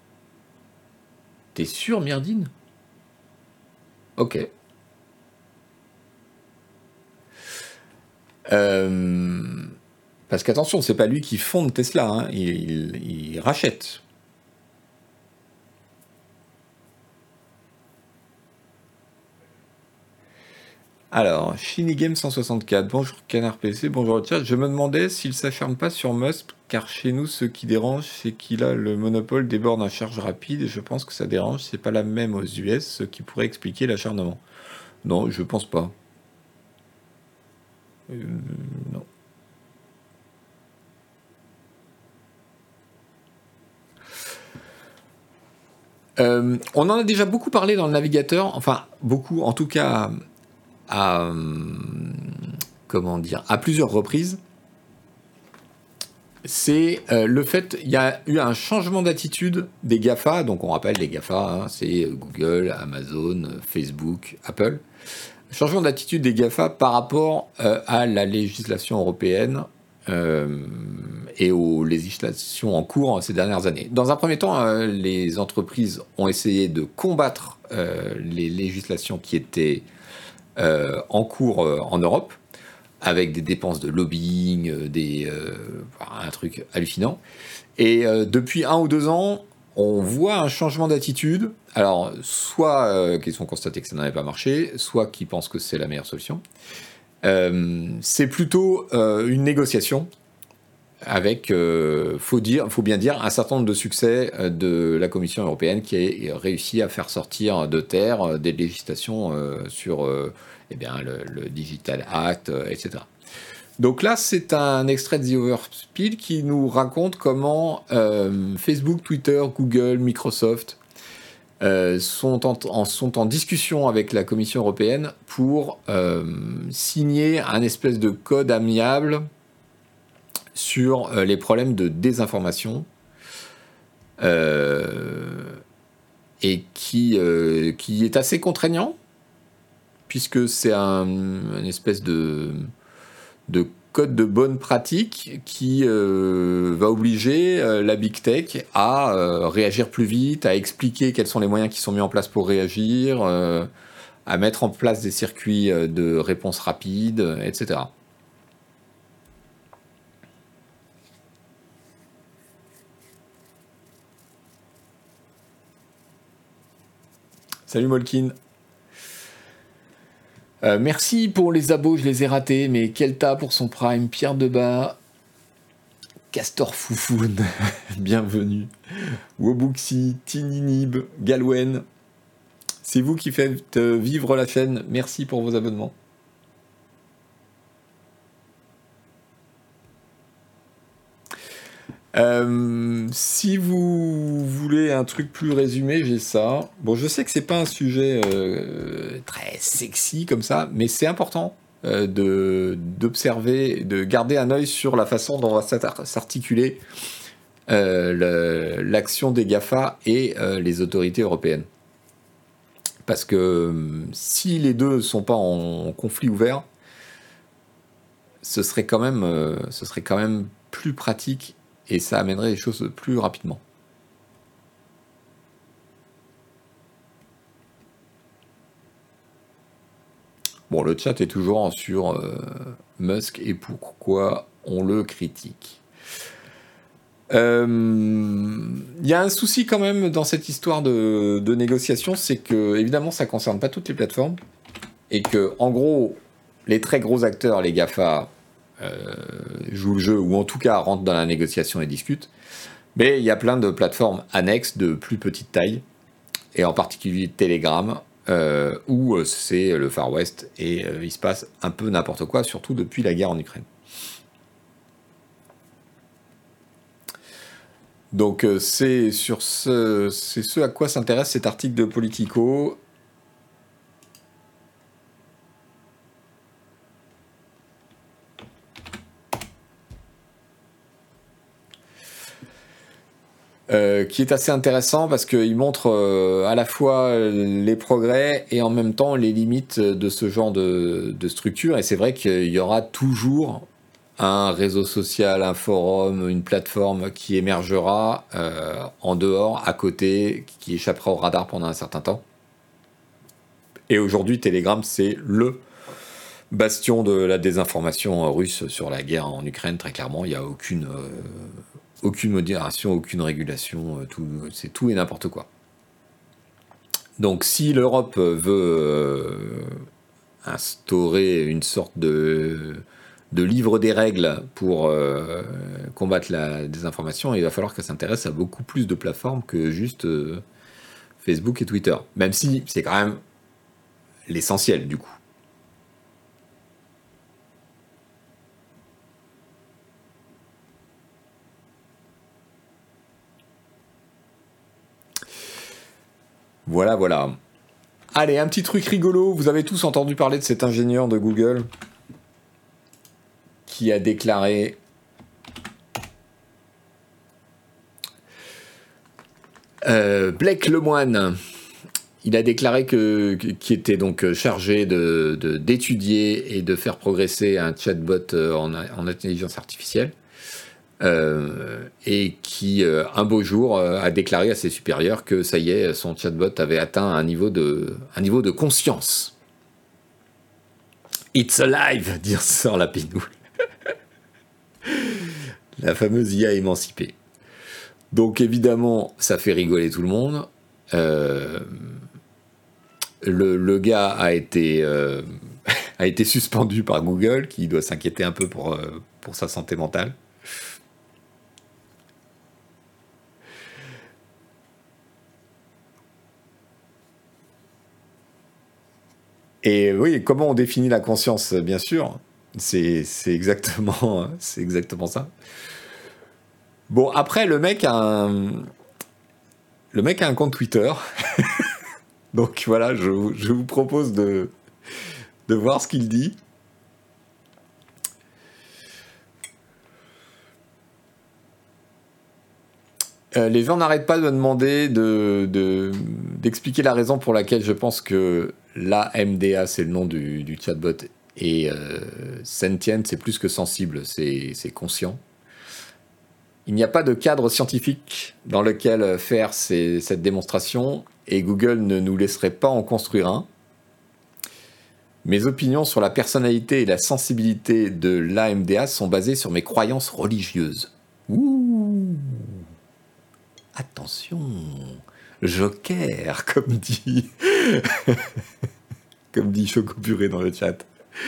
S1: T'es sûr, Myrdine? Ok. Euh, Parce qu'attention, c'est pas lui qui fonde Tesla, hein, il, il, il rachète. Alors, Shinigame cent soixante-quatre, bonjour Canard P C, bonjour le chat. Je me demandais s'il s'acharne pas sur Musk, car chez nous, ce qui dérange, c'est qu'il a le monopole des bornes à charge rapide, et je pense que ça dérange, c'est pas la même aux U S, ce qui pourrait expliquer l'acharnement. Non, je pense pas. Euh, non. Euh, on en a déjà beaucoup parlé dans le navigateur, enfin, beaucoup, en tout cas... à, comment dire, à plusieurs reprises, c'est euh, le fait il y a eu un changement d'attitude des GAFA, donc on rappelle les GAFA, hein, c'est Google, Amazon, Facebook, Apple. Changement d'attitude des GAFA par rapport euh, à la législation européenne euh, et aux législations en cours ces dernières années. Dans un premier temps, euh, les entreprises ont essayé de combattre euh, les législations qui étaient Euh, en cours euh, en Europe, avec des dépenses de lobbying, euh, des, euh, un truc hallucinant. Et euh, depuis un ou deux ans, on voit un changement d'attitude. Alors, soit euh, qu'ils ont constaté que ça n'avait pas marché, soit qu'ils pensent que c'est la meilleure solution. Euh, c'est plutôt euh, une négociation avec, euh, faut dire, faut bien dire, un certain nombre de succès de la Commission européenne qui a réussi à faire sortir de terre des législations euh, sur euh, eh bien, le, le Digital Act, euh, et cetera. Donc là, c'est un extrait de The Overspill qui nous raconte comment euh, Facebook, Twitter, Google, Microsoft euh, sont, en, en, sont en discussion avec la Commission européenne pour euh, signer un espèce de code amiable sur euh, les problèmes de désinformation euh, et qui, euh, qui est assez contraignant puisque c'est un, une espèce de, de code de bonne pratique qui euh, va obliger euh, la Big Tech à euh, réagir plus vite, à expliquer quels sont les moyens qui sont mis en place pour réagir, euh, à mettre en place des circuits de réponse rapide, et cetera. Salut Molkin. Euh, merci pour les abos, je les ai ratés, mais Kelta pour son prime, Pierre Debat, Castor Foufoun, bienvenue, Wobuxi, Tininib, Galwen, c'est vous qui faites vivre la chaîne, merci pour vos abonnements. Euh, si vous voulez un truc plus résumé, j'ai ça. Bon, je sais que c'est pas un sujet euh, très sexy comme ça, mais c'est important euh, de d'observer, de garder un œil sur la façon dont va s'articuler euh, l'action des GAFA et euh, les autorités européennes. Parce que euh, si les deux ne sont pas en conflit ouvert, ce serait quand même, euh, ce serait quand même plus pratique. Et ça amènerait les choses plus rapidement. Bon, le chat est toujours sur euh, Musk et pourquoi on le critique. Il euh, y a un souci quand même dans cette histoire de, de négociation, c'est que évidemment ça ne concerne pas toutes les plateformes et que en gros les très gros acteurs, les GAFA, Euh, jouent le jeu, ou en tout cas rentrent dans la négociation et discutent. Mais il y a plein de plateformes annexes de plus petite taille, et en particulier Telegram, euh, où c'est le Far West, et euh, il se passe un peu n'importe quoi, surtout depuis la guerre en Ukraine. Donc euh, c'est sur ce, c'est ce à quoi s'intéresse cet article de Politico. Euh, qui est assez intéressant parce qu'il montre euh, à la fois les progrès et en même temps les limites de ce genre de, de structure. Et c'est vrai qu'il y aura toujours un réseau social, un forum, une plateforme qui émergera euh, en dehors, à côté, qui échappera au radar pendant un certain temps. Et aujourd'hui, Telegram, c'est le bastion de la désinformation russe sur la guerre en Ukraine, très clairement. Il n'y a aucune, euh, aucune modération, aucune régulation, euh, tout, c'est tout et n'importe quoi. Donc si l'Europe veut euh, instaurer une sorte de, de livre des règles pour euh, combattre la désinformation, il va falloir qu'elle s'intéresse à beaucoup plus de plateformes que juste euh, Facebook et Twitter. Même si c'est quand même l'essentiel du coup. Voilà, voilà. Allez, un petit truc rigolo. Vous avez tous entendu parler de cet ingénieur de Google qui a déclaré euh, Blake Lemoine. Il a déclaré que qui était donc chargé de, de d'étudier et de faire progresser un chatbot en, en intelligence artificielle. Euh, et qui, euh, un beau jour, euh, a déclaré à ses supérieurs que ça y est, son chatbot avait atteint un niveau de, un niveau de conscience. It's alive, dit Sir Lapinou. La fameuse I A émancipée. Donc évidemment, ça fait rigoler tout le monde. Euh, le, le gars a été, euh, a été suspendu par Google, qui doit s'inquiéter un peu pour, euh, pour sa santé mentale. Et oui, comment on définit la conscience, bien sûr, c'est, c'est, exactement, c'est exactement ça. Bon, après, le mec a un, le mec a un compte Twitter. Donc voilà, je, je vous propose de, de voir ce qu'il dit. Euh, les gens n'arrêtent pas de me demander de, de, d'expliquer la raison pour laquelle je pense que l'A M D A, c'est le nom du, du chatbot, et euh, sentient, c'est plus que sensible, c'est, c'est conscient. Il n'y a pas de cadre scientifique dans lequel faire ces, cette démonstration, et Google ne nous laisserait pas en construire un. Mes opinions sur la personnalité et la sensibilité de l'A M D A sont basées sur mes croyances religieuses. Ouh! Attention, Joker, comme dit, comme dit Choco Purée dans le chat.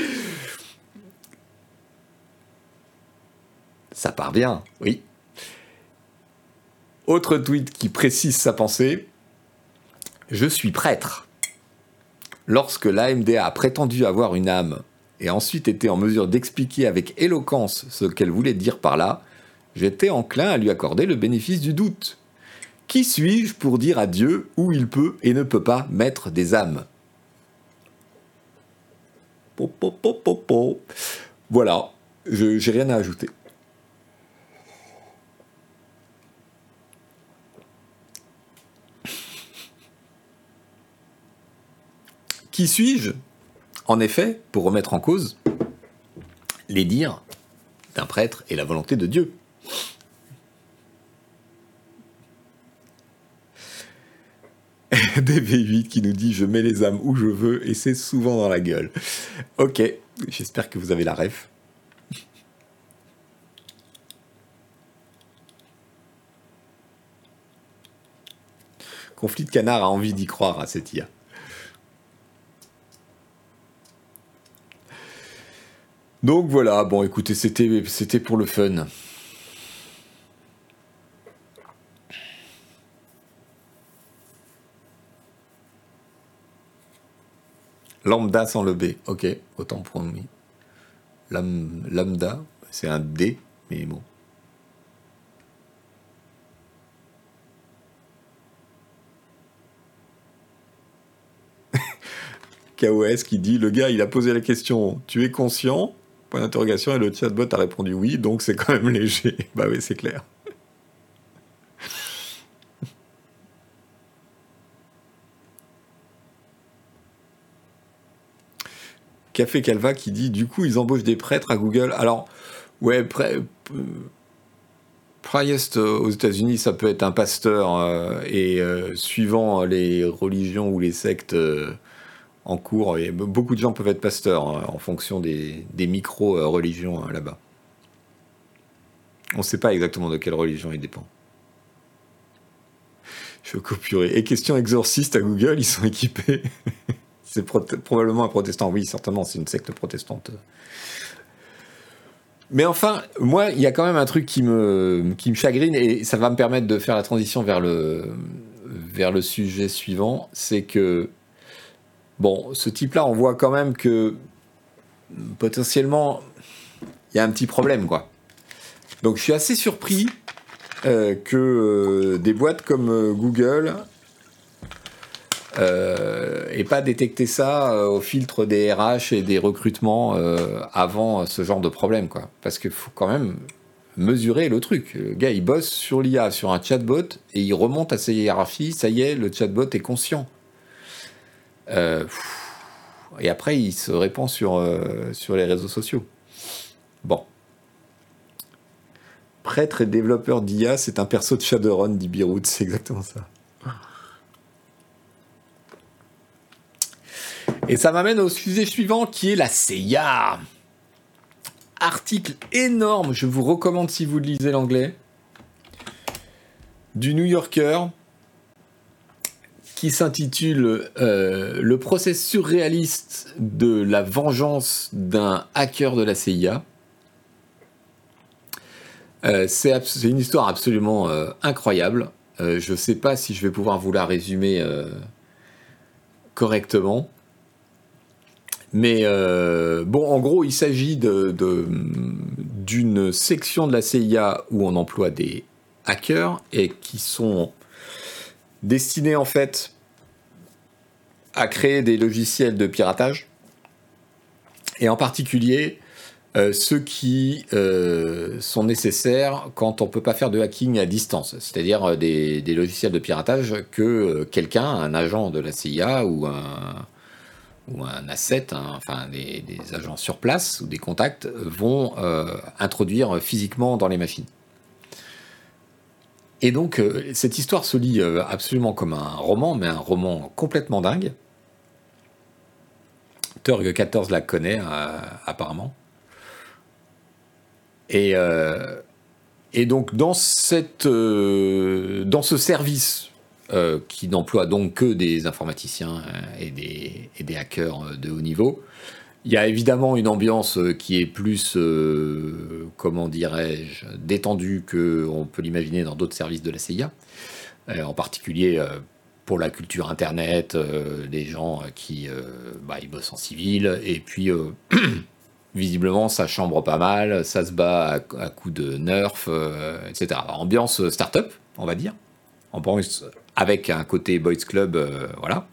S1: Ça part bien, oui. Autre tweet qui précise sa pensée. Je suis prêtre. Lorsque l'A M D A a prétendu avoir une âme et ensuite été en mesure d'expliquer avec éloquence ce qu'elle voulait dire par là, j'étais enclin à lui accorder le bénéfice du doute. Qui suis-je pour dire à Dieu où il peut et ne peut pas mettre des âmes ? po, po, po, po, po. Voilà, je, j'ai rien à ajouter. Qui suis-je, en effet, pour remettre en cause les dires d'un prêtre et la volonté de Dieu ? D V huit qui nous dit « Je mets les âmes où je veux et c'est souvent dans la gueule ». Ok, j'espère que vous avez la ref. Conflit de canard a envie d'y croire à cette I A. Donc voilà, bon écoutez, c'était, c'était pour le fun. Lambda sans le B, ok, autant pour nous. Lam, lambda, c'est un D, mais bon. K O S qui dit, le gars il a posé la question, tu es conscient ? Point d'interrogation, et le chatbot a répondu oui, donc c'est quand même léger. Bah oui, c'est clair. Café Calva qui dit, du coup, ils embauchent des prêtres à Google. Alors, ouais, prê- priest aux États-Unis, ça peut être un pasteur, euh, et euh, suivant les religions ou les sectes, euh, en cours. Et beaucoup de gens peuvent être pasteurs hein, en fonction des, des micro-religions hein, là-bas. On ne sait pas exactement de quelle religion il dépend. Je vais copurer. Et question exorciste à Google, ils sont équipés. C'est pro- probablement un protestant. Oui, certainement, c'est une secte protestante. Mais enfin, moi, il y a quand même un truc qui me, qui me chagrine, et ça va me permettre de faire la transition vers le, vers le sujet suivant, c'est que, bon, ce type-là, on voit quand même que, potentiellement, il y a un petit problème, quoi. Donc, je suis assez surpris euh, que euh, des boîtes comme euh, Google euh, aient pas détecté ça euh, au filtre des R H et des recrutements euh, avant ce genre de problème, quoi. Parce qu'il faut quand même mesurer le truc. Le gars, il bosse sur l'I A, sur un chatbot, et il remonte à ses hiérarchies. Ça y est, le chatbot est conscient. Euh, et après, il se répand sur, euh, sur les réseaux sociaux. Bon. Prêtre et développeur d'I A, c'est un perso de Shadowrun, dit Beerwood. C'est exactement ça. Et ça m'amène au sujet suivant, qui est la C I A. Article énorme, je vous recommande si vous lisez l'anglais, du New Yorker, qui s'intitule euh, « Le procès surréaliste de la vengeance d'un hacker de la C I A ». Euh, c'est, abs- c'est une histoire absolument euh, incroyable. Euh, je ne sais pas si je vais pouvoir vous la résumer euh, correctement. Mais euh, bon, en gros, il s'agit de, de, d'une section de la C I A où on emploie des hackers et qui sont destinés en fait à créer des logiciels de piratage. Et en particulier, euh, ceux qui euh, sont nécessaires quand on ne peut pas faire de hacking à distance, c'est-à-dire euh, des, des logiciels de piratage que euh, quelqu'un, un agent de la C I A ou un, ou un asset, hein, enfin des, des agents sur place ou des contacts, vont euh, introduire physiquement dans les machines. Et donc, euh, cette histoire se lit euh, absolument comme un roman, mais un roman complètement dingue. Turg quatorze la connaît, euh, apparemment. Et, euh, et donc, dans, cette, euh, dans ce service euh, qui n'emploie donc que des informaticiens euh, et, des, et des hackers de haut niveau, il y a évidemment une ambiance qui est plus, euh, comment dirais-je, détendue qu'on peut l'imaginer dans d'autres services de la C I A, euh, en particulier euh, pour la culture Internet, euh, les gens qui euh, bah, ils bossent en civil, et puis euh, visiblement ça chambre pas mal, ça se bat à, à coups de nerf, euh, et cetera. Alors, ambiance start-up, on va dire, ambiance avec un côté boys club, euh, voilà.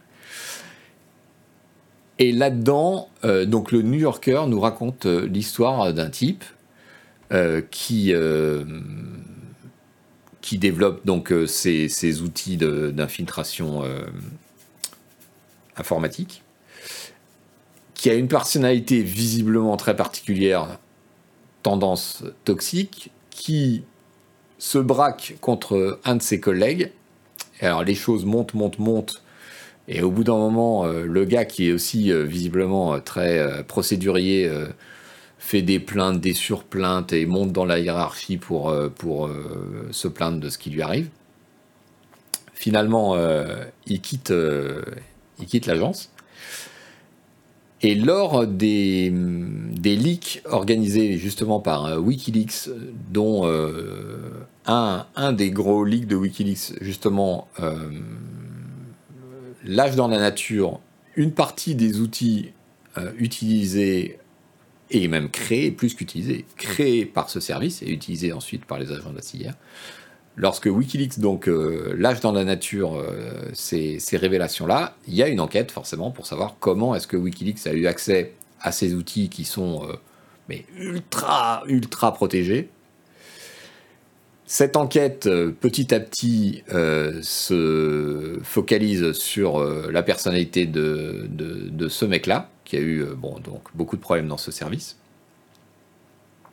S1: Et là-dedans, euh, donc le New Yorker nous raconte euh, l'histoire d'un type euh, qui, euh, qui développe donc euh, ces, ces outils de, d'infiltration euh, informatique, qui a une personnalité visiblement très particulière, tendance toxique, qui se braque contre un de ses collègues. Et alors les choses montent, montent, montent. Et au bout d'un moment, euh, le gars qui est aussi euh, visiblement euh, très euh, procédurier euh, fait des plaintes, des surplaintes et monte dans la hiérarchie pour, euh, pour euh, se plaindre de ce qui lui arrive. Finalement, euh, il quitte, euh, il quitte l'agence. Et lors des, des leaks organisés justement par euh, Wikileaks, dont euh, un, un des gros leaks de Wikileaks, justement, euh, lâche dans la nature une partie des outils euh, utilisés et même créés, plus qu'utilisés, créés par ce service et utilisés ensuite par les agents de la C I A. Lorsque Wikileaks donc euh, lâche dans la nature euh, ces, ces révélations-là, il y a une enquête forcément pour savoir comment est-ce que Wikileaks a eu accès à ces outils qui sont euh, mais ultra ultra protégés. Cette enquête, euh, petit à petit, euh, se focalise sur euh, la personnalité de, de, de ce mec-là, qui a eu euh, bon, donc, beaucoup de problèmes dans ce service.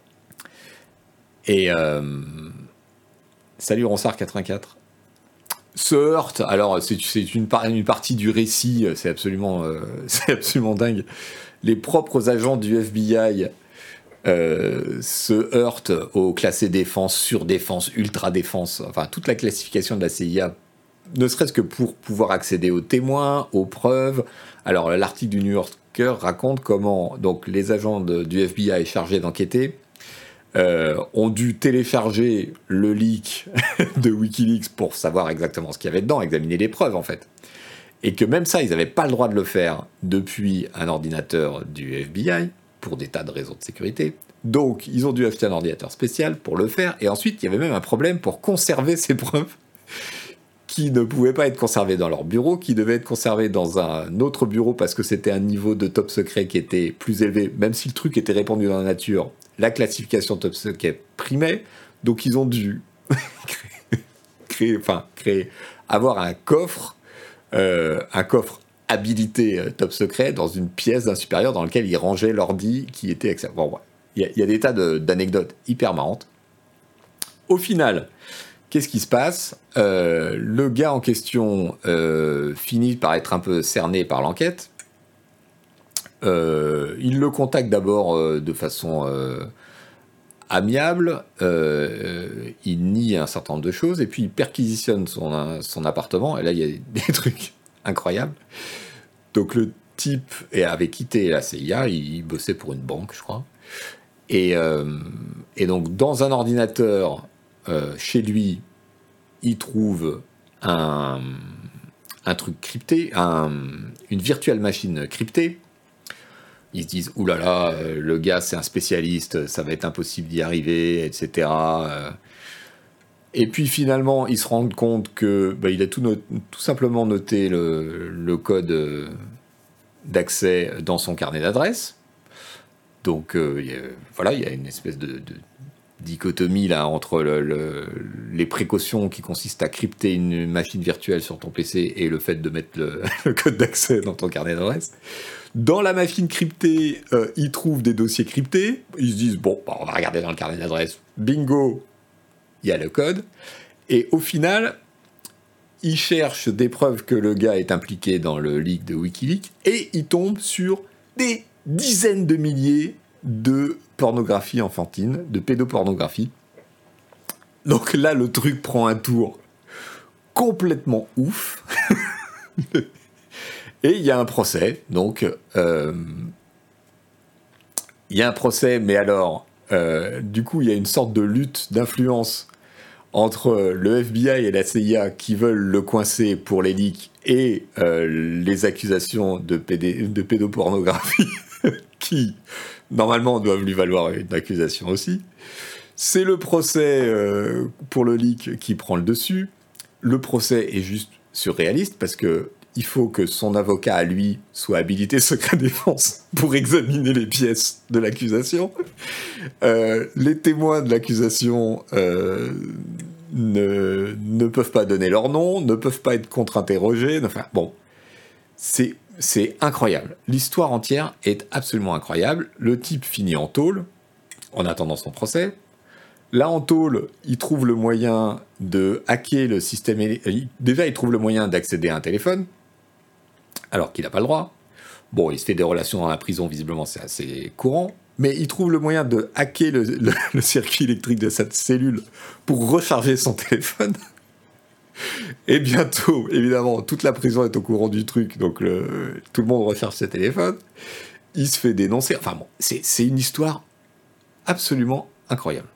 S1: Et euh, salut Ronsard quatre-vingt-quatre. se heurte. Alors, c'est, c'est une, par, une partie du récit, c'est absolument, euh, c'est absolument dingue. Les propres agents du F B I euh, se heurtent au classé défense, surdéfense, ultra-défense, enfin, toute la classification de la C I A, ne serait-ce que pour pouvoir accéder aux témoins, aux preuves. Alors, l'article du New Yorker raconte comment donc, les agents de, du F B I chargés d'enquêter Euh, ont dû télécharger le leak de Wikileaks pour savoir exactement ce qu'il y avait dedans, examiner les preuves en fait. Et que même ça, ils n'avaient pas le droit de le faire depuis un ordinateur du F B I, pour des tas de raisons de sécurité. Donc, ils ont dû acheter un ordinateur spécial pour le faire. Et ensuite, il y avait même un problème pour conserver ces preuves qui ne pouvaient pas être conservées dans leur bureau, qui devaient être conservées dans un autre bureau parce que c'était un niveau de top secret qui était plus élevé, même si le truc était répandu dans la nature. La classification top secret primait, donc ils ont dû créer, créer, enfin, créer, avoir un coffre, euh, un coffre habilité euh, top secret dans une pièce d'un supérieur dans lequel ils rangeaient l'ordi qui était accès. Bon, ouais. Il y, a, il y a des tas de, d'anecdotes hyper marrantes. Au final, qu'est-ce qui se passe ? euh, Le gars en question euh, finit par être un peu cerné par l'enquête. Euh, il le contacte d'abord euh, de façon euh, amiable, euh, il nie un certain nombre de choses, et puis il perquisitionne son, son appartement, et là il y a des trucs incroyables. Donc le type avait quitté la C I A, il bossait pour une banque, je crois, et, euh, et donc dans un ordinateur, euh, chez lui, il trouve un, un truc crypté, un, une virtuelle machine cryptée. Ils se disent, oulala, euh, le gars c'est un spécialiste, ça va être impossible d'y arriver, et cetera. Et puis finalement, ils se rendent compte que bah, il a tout, not- tout simplement noté le, le code d'accès dans son carnet d'adresse. Donc euh, y a, voilà, il y a une espèce de, de dichotomie là entre le, le, les précautions qui consistent à crypter une machine virtuelle sur ton P C et le fait de mettre le, le code d'accès dans ton carnet d'adresse. Dans la machine cryptée, euh, ils trouvent des dossiers cryptés. Ils se disent, bon, bah, on va regarder dans le carnet d'adresse. Bingo, il y a le code. Et au final, ils cherchent des preuves que le gars est impliqué dans le leak de Wikileaks. Et ils tombent sur des dizaines de milliers de pornographie enfantine, de pédopornographie. Donc là, le truc prend un tour complètement ouf. Et il y a un procès, donc euh, il y a un procès, mais alors, euh, du coup, il y a une sorte de lutte d'influence entre le F B I et la C I A qui veulent le coincer pour les leaks et euh, les accusations de, pédé- de pédopornographie qui, normalement, doivent lui valoir une accusation aussi. C'est le procès euh, pour le leak qui prend le dessus. Le procès est juste surréaliste parce que il faut que son avocat, à lui, soit habilité secret défense pour examiner les pièces de l'accusation. Euh, les témoins de l'accusation euh, ne, ne peuvent pas donner leur nom, ne peuvent pas être contre-interrogés. Enfin, bon, c'est, c'est incroyable. L'histoire entière est absolument incroyable. Le type finit en tôle, en attendant son procès. Là, en tôle, il trouve le moyen de hacker le système... Éle- Déjà, il trouve le moyen d'accéder à un téléphone, alors qu'il n'a pas le droit. Bon, il se fait des relations dans la prison, visiblement, c'est assez courant. Mais il trouve le moyen de hacker le, le, le circuit électrique de cette cellule pour recharger son téléphone. Et bientôt, évidemment, toute la prison est au courant du truc, donc le, tout le monde recharge ses téléphones. Il se fait dénoncer. Enfin bon, c'est, c'est une histoire absolument incroyable.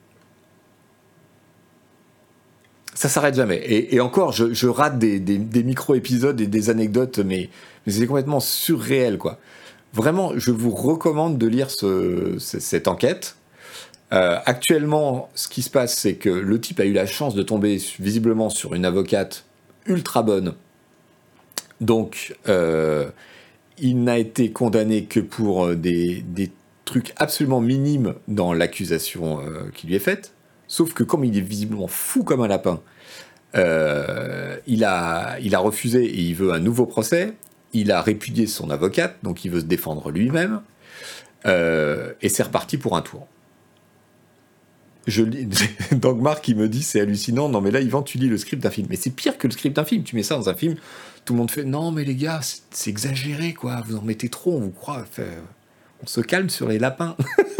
S1: Ça s'arrête jamais. Et, et encore, je, je rate des, des, des micro-épisodes et des anecdotes, mais, mais c'est complètement surréel, quoi. Vraiment, je vous recommande de lire ce, ce, cette enquête. Euh, actuellement, ce qui se passe, c'est que le type a eu la chance de tomber visiblement sur une avocate ultra bonne. Donc, euh, il n'a été condamné que pour des, des trucs absolument minimes dans l'accusation euh, qui lui est faite. Sauf que comme il est visiblement fou comme un lapin, euh, il, a, il a refusé et il veut un nouveau procès. Il a répudié son avocate, donc il veut se défendre lui-même. Euh, et c'est reparti pour un tour. je lis, Dogmar qui me dit c'est hallucinant, non mais là Yvan tu lis le script d'un film, mais c'est pire que le script d'un film, tu mets ça dans un film, tout le monde fait non mais les gars c'est, c'est exagéré quoi, vous en mettez trop, on vous croit, fait, on se calme sur les lapins.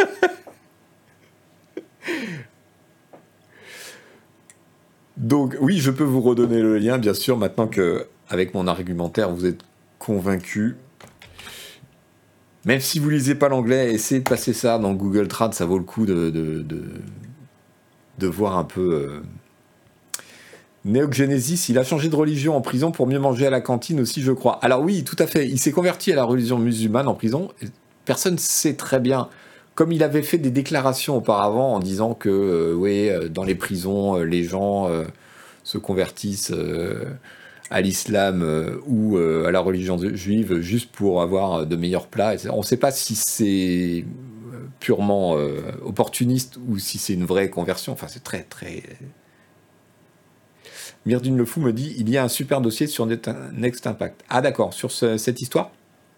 S1: Donc oui je peux vous redonner le lien bien sûr maintenant que avec mon argumentaire vous êtes convaincu. Même si vous lisez pas l'anglais, essayez de passer ça dans Google Trad, ça vaut le coup de, de, de, de voir un peu. Euh... Néogenesis, il a changé de religion en prison pour mieux manger à la cantine aussi, je crois. Alors oui, tout à fait, il s'est converti à la religion musulmane en prison. Personne ne sait très bien. Comme il avait fait des déclarations auparavant en disant que, euh, oui, dans les prisons, euh, les gens euh, se convertissent... Euh, à l'islam euh, ou euh, à la religion juive juste pour avoir de meilleurs plats. On ne sait pas si c'est purement euh, opportuniste ou si c'est une vraie conversion. Enfin, c'est très, très... Myrdine Le Fou me dit, il y a un super dossier sur Next Impact. Ah d'accord, sur ce, cette histoire.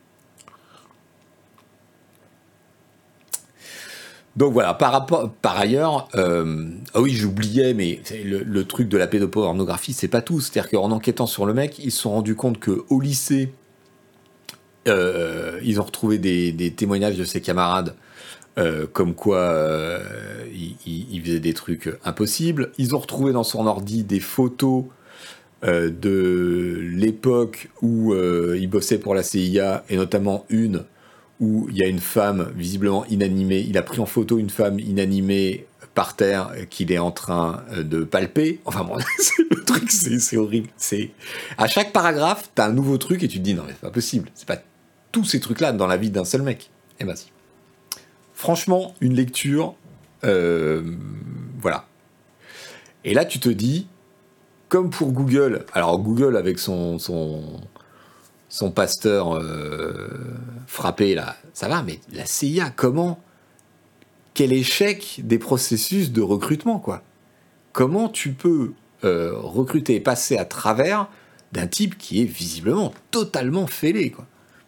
S1: Donc voilà, par, rapport, par ailleurs, euh, ah oui, j'oubliais, mais le, le truc de la pédopornographie, c'est pas tout. C'est-à-dire qu'en enquêtant sur le mec, ils se sont rendus compte qu'au lycée, euh, ils ont retrouvé des, des témoignages de ses camarades, euh, comme quoi euh, il, il, il faisait des trucs impossibles. Ils ont retrouvé dans son ordi des photos euh, de l'époque où euh, il bossait pour la C I A, et notamment une où il y a une femme visiblement inanimée, il a pris en photo une femme inanimée par terre qu'il est en train de palper. Enfin bon, le truc, c'est, c'est horrible. C'est... À chaque paragraphe, t'as un nouveau truc et tu te dis non mais c'est pas possible. C'est pas tous ces trucs-là dans la vie d'un seul mec. Eh ben si. Franchement, une lecture, euh, voilà. Et là, tu te dis, comme pour Google, alors Google avec son... son son pasteur euh, frappé, là, ça va, mais la C I A, comment? Quel échec des processus de recrutement, quoi. Comment tu peux euh, recruter et passer à travers d'un type qui est visiblement totalement fêlé, quoi.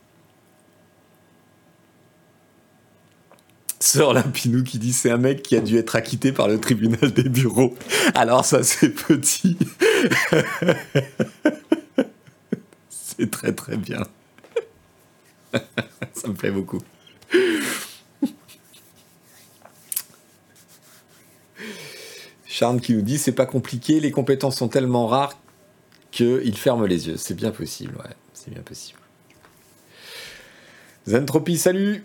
S1: Sœur Lampinou qui dit c'est un mec qui a dû être acquitté par le tribunal des bureaux. Alors ça, c'est petit. C'est très très bien. Ça me plaît beaucoup. Charles qui nous dit c'est pas compliqué, les compétences sont tellement rares qu'il ferme les yeux. C'est bien possible, ouais, c'est bien possible. Zentropie, salut.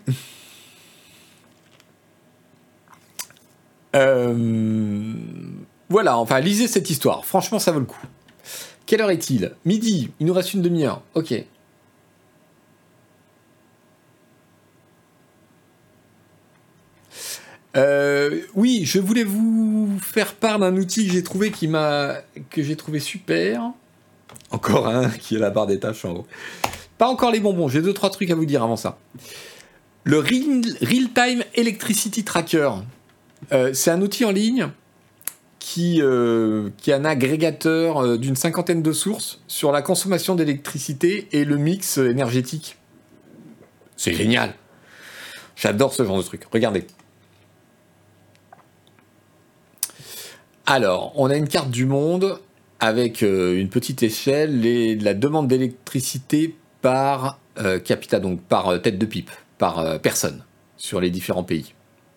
S1: Euh, voilà, enfin, lisez cette histoire. Franchement, ça vaut le coup. Quelle heure est-il? Midi. Il nous reste une demi-heure. Ok. Euh, oui, je voulais vous faire part d'un outil que j'ai trouvé qui m'a que j'ai trouvé super. Encore un qui est la barre des tâches en haut. Pas encore les bonbons. J'ai deux trois trucs à vous dire avant ça. Le Real, Real Time Electricity Tracker. Euh, c'est un outil en ligne qui, euh, qui est un agrégateur euh, d'une cinquantaine de sources sur la consommation d'électricité et le mix énergétique. C'est génial. J'adore ce genre de truc. Regardez. Alors, on a une carte du monde avec euh, une petite échelle et la demande d'électricité par euh, capita, donc par euh, tête de pipe, par euh, personne, sur les différents pays.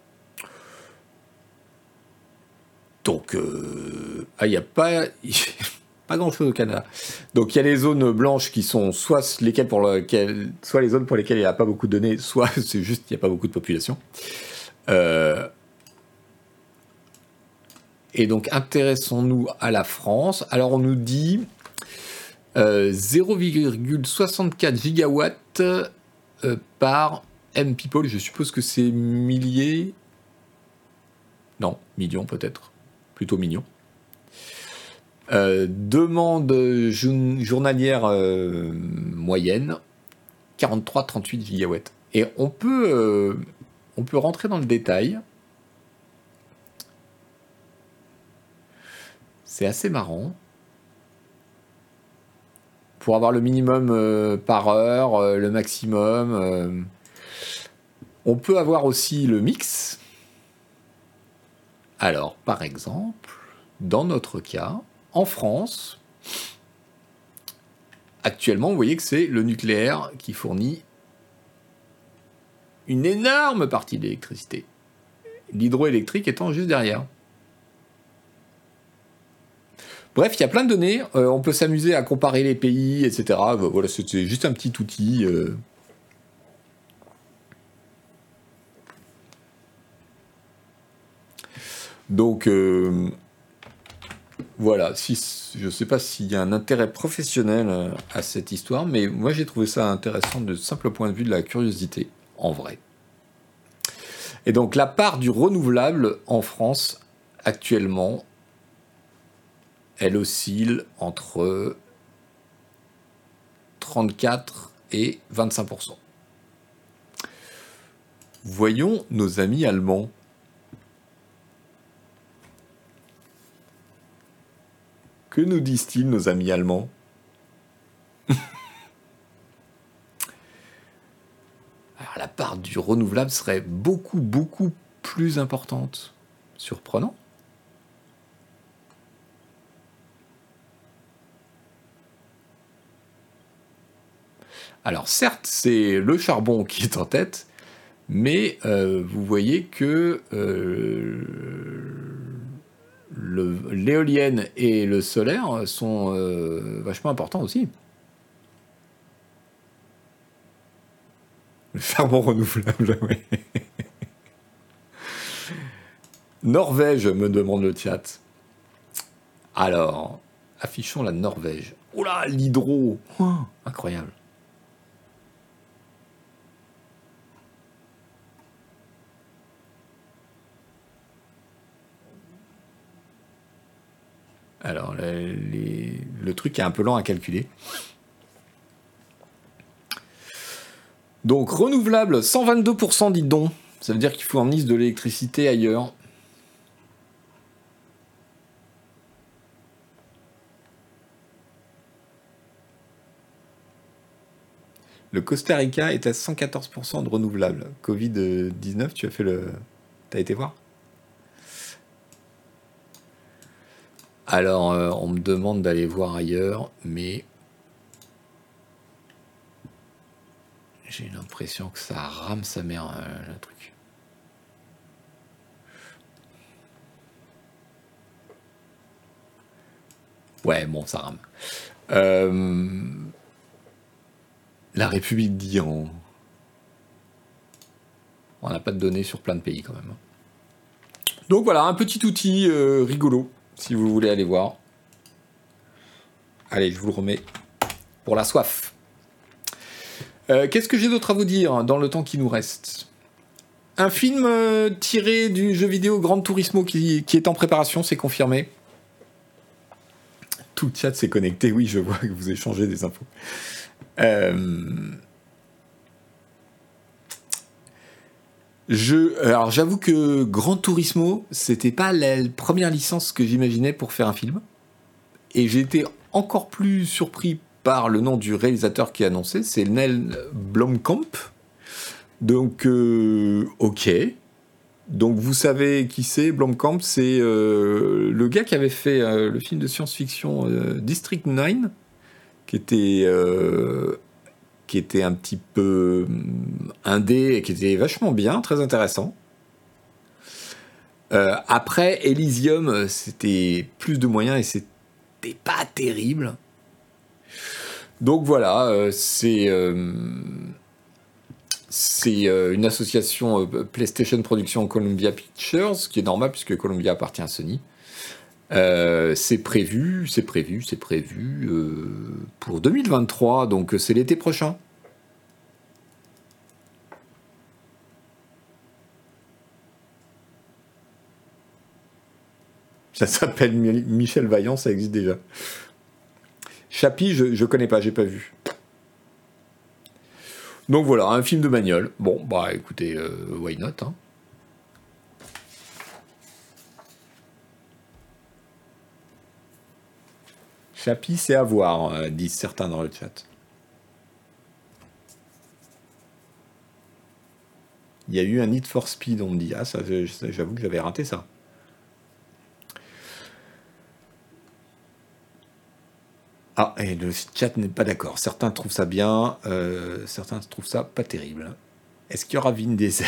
S1: Donc, euh, ah, il n'y a pas, pas grand-chose au Canada. Donc, il y a les zones blanches qui sont soit lesquelles pour lesquelles, soit les zones pour lesquelles il n'y a pas beaucoup de données, soit c'est juste qu'il n'y a pas beaucoup de population. Euh, et donc, intéressons-nous à la France. Alors, on nous dit euh, zéro virgule soixante-quatre gigawatts euh, par M-People. Je suppose que c'est milliers. Non, millions peut-être. Plutôt mignon. Euh, demande journalière euh, moyenne, quarante-trois à trente-huit gigawatts. Et on peut, euh, on peut rentrer dans le détail. C'est assez marrant. Pour avoir le minimum euh, par heure, euh, le maximum. Euh, on peut avoir aussi le mix. Alors, par exemple, dans notre cas, en France, actuellement, vous voyez que c'est le nucléaire qui fournit une énorme partie de l'électricité. L'hydroélectrique étant juste derrière. Bref, il y a plein de données, euh, on peut s'amuser à comparer les pays, et cetera. Voilà, c'était juste un petit outil. Euh. Donc, euh, voilà, si, je ne sais pas s'il y a un intérêt professionnel à cette histoire, mais moi j'ai trouvé ça intéressant de simple point de vue de la curiosité, en vrai. Et donc la part du renouvelable en France, actuellement, elle oscille entre trente-quatre et vingt-cinq pour cent. Voyons nos amis allemands. Que nous disent-ils, nos amis allemands? Alors, la part du renouvelable serait beaucoup, beaucoup plus importante. Surprenant. Alors certes, c'est le charbon qui est en tête, mais euh, vous voyez que euh, l'éolienne et le solaire sont euh, vachement importants aussi. Le charbon renouvelable, oui. Norvège, me demande le chat. Alors, affichons la Norvège. Oh là, l'hydro, oh, incroyable. Alors, les, les, le truc est un peu lent à calculer. Donc, renouvelable, cent vingt-deux pour cent, dites donc. Ça veut dire qu'ils fournissent de l'électricité ailleurs. Le Costa Rica est à cent quatorze pour cent de renouvelable. covid dix-neuf, tu as fait le... T'as été voir? Alors, euh, on me demande d'aller voir ailleurs, mais... J'ai l'impression que ça rame sa mère, euh, le truc. Ouais, bon, ça rame. Euh... La République d'Iran. On n'a pas de données sur plein de pays, quand même. Donc voilà, un petit outil euh, rigolo, si vous voulez aller voir. Allez, je vous le remets pour la soif. Euh, Qu'est-ce que j'ai d'autre à vous dire dans le temps qui nous reste? Un film euh, tiré du jeu vidéo Gran Turismo qui, qui est en préparation, c'est confirmé. Tout le chat s'est connecté, oui, je vois que vous échangez des infos. Euh... Je, alors j'avoue que Gran Turismo, c'était pas la première licence que j'imaginais pour faire un film. Et j'ai été encore plus surpris par le nom du réalisateur qui a annoncé, c'est Neil Blomkamp. Donc, euh, ok. Donc vous savez qui c'est, Blomkamp, c'est euh, le gars qui avait fait euh, le film de science-fiction euh, District neuf, qui était... Euh, qui était un petit peu indé et qui était vachement bien, très intéressant. Euh, après, Elysium, c'était plus de moyens et c'était pas terrible. Donc voilà, euh, c'est euh, c'est euh, une association euh, PlayStation Production Columbia Pictures, ce qui est normal puisque Columbia appartient à Sony. Euh, c'est prévu, c'est prévu, c'est prévu euh, pour deux mille vingt-trois, donc c'est l'été prochain. Ça s'appelle Michel Vaillant, ça existe déjà. Chappie, je, je connais pas, j'ai pas vu. Donc voilà, un film de bagnole. Bon, bah écoutez, euh, why not, hein. Chappie, c'est à voir, euh, disent certains dans le chat. Il y a eu un Need for Speed, on me dit. Ah, ça, j'avoue que j'avais raté ça. Ah, et le chat n'est pas d'accord. Certains trouvent ça bien, euh, certains trouvent ça pas terrible. Est-ce qu'il y aura Vin Diesel?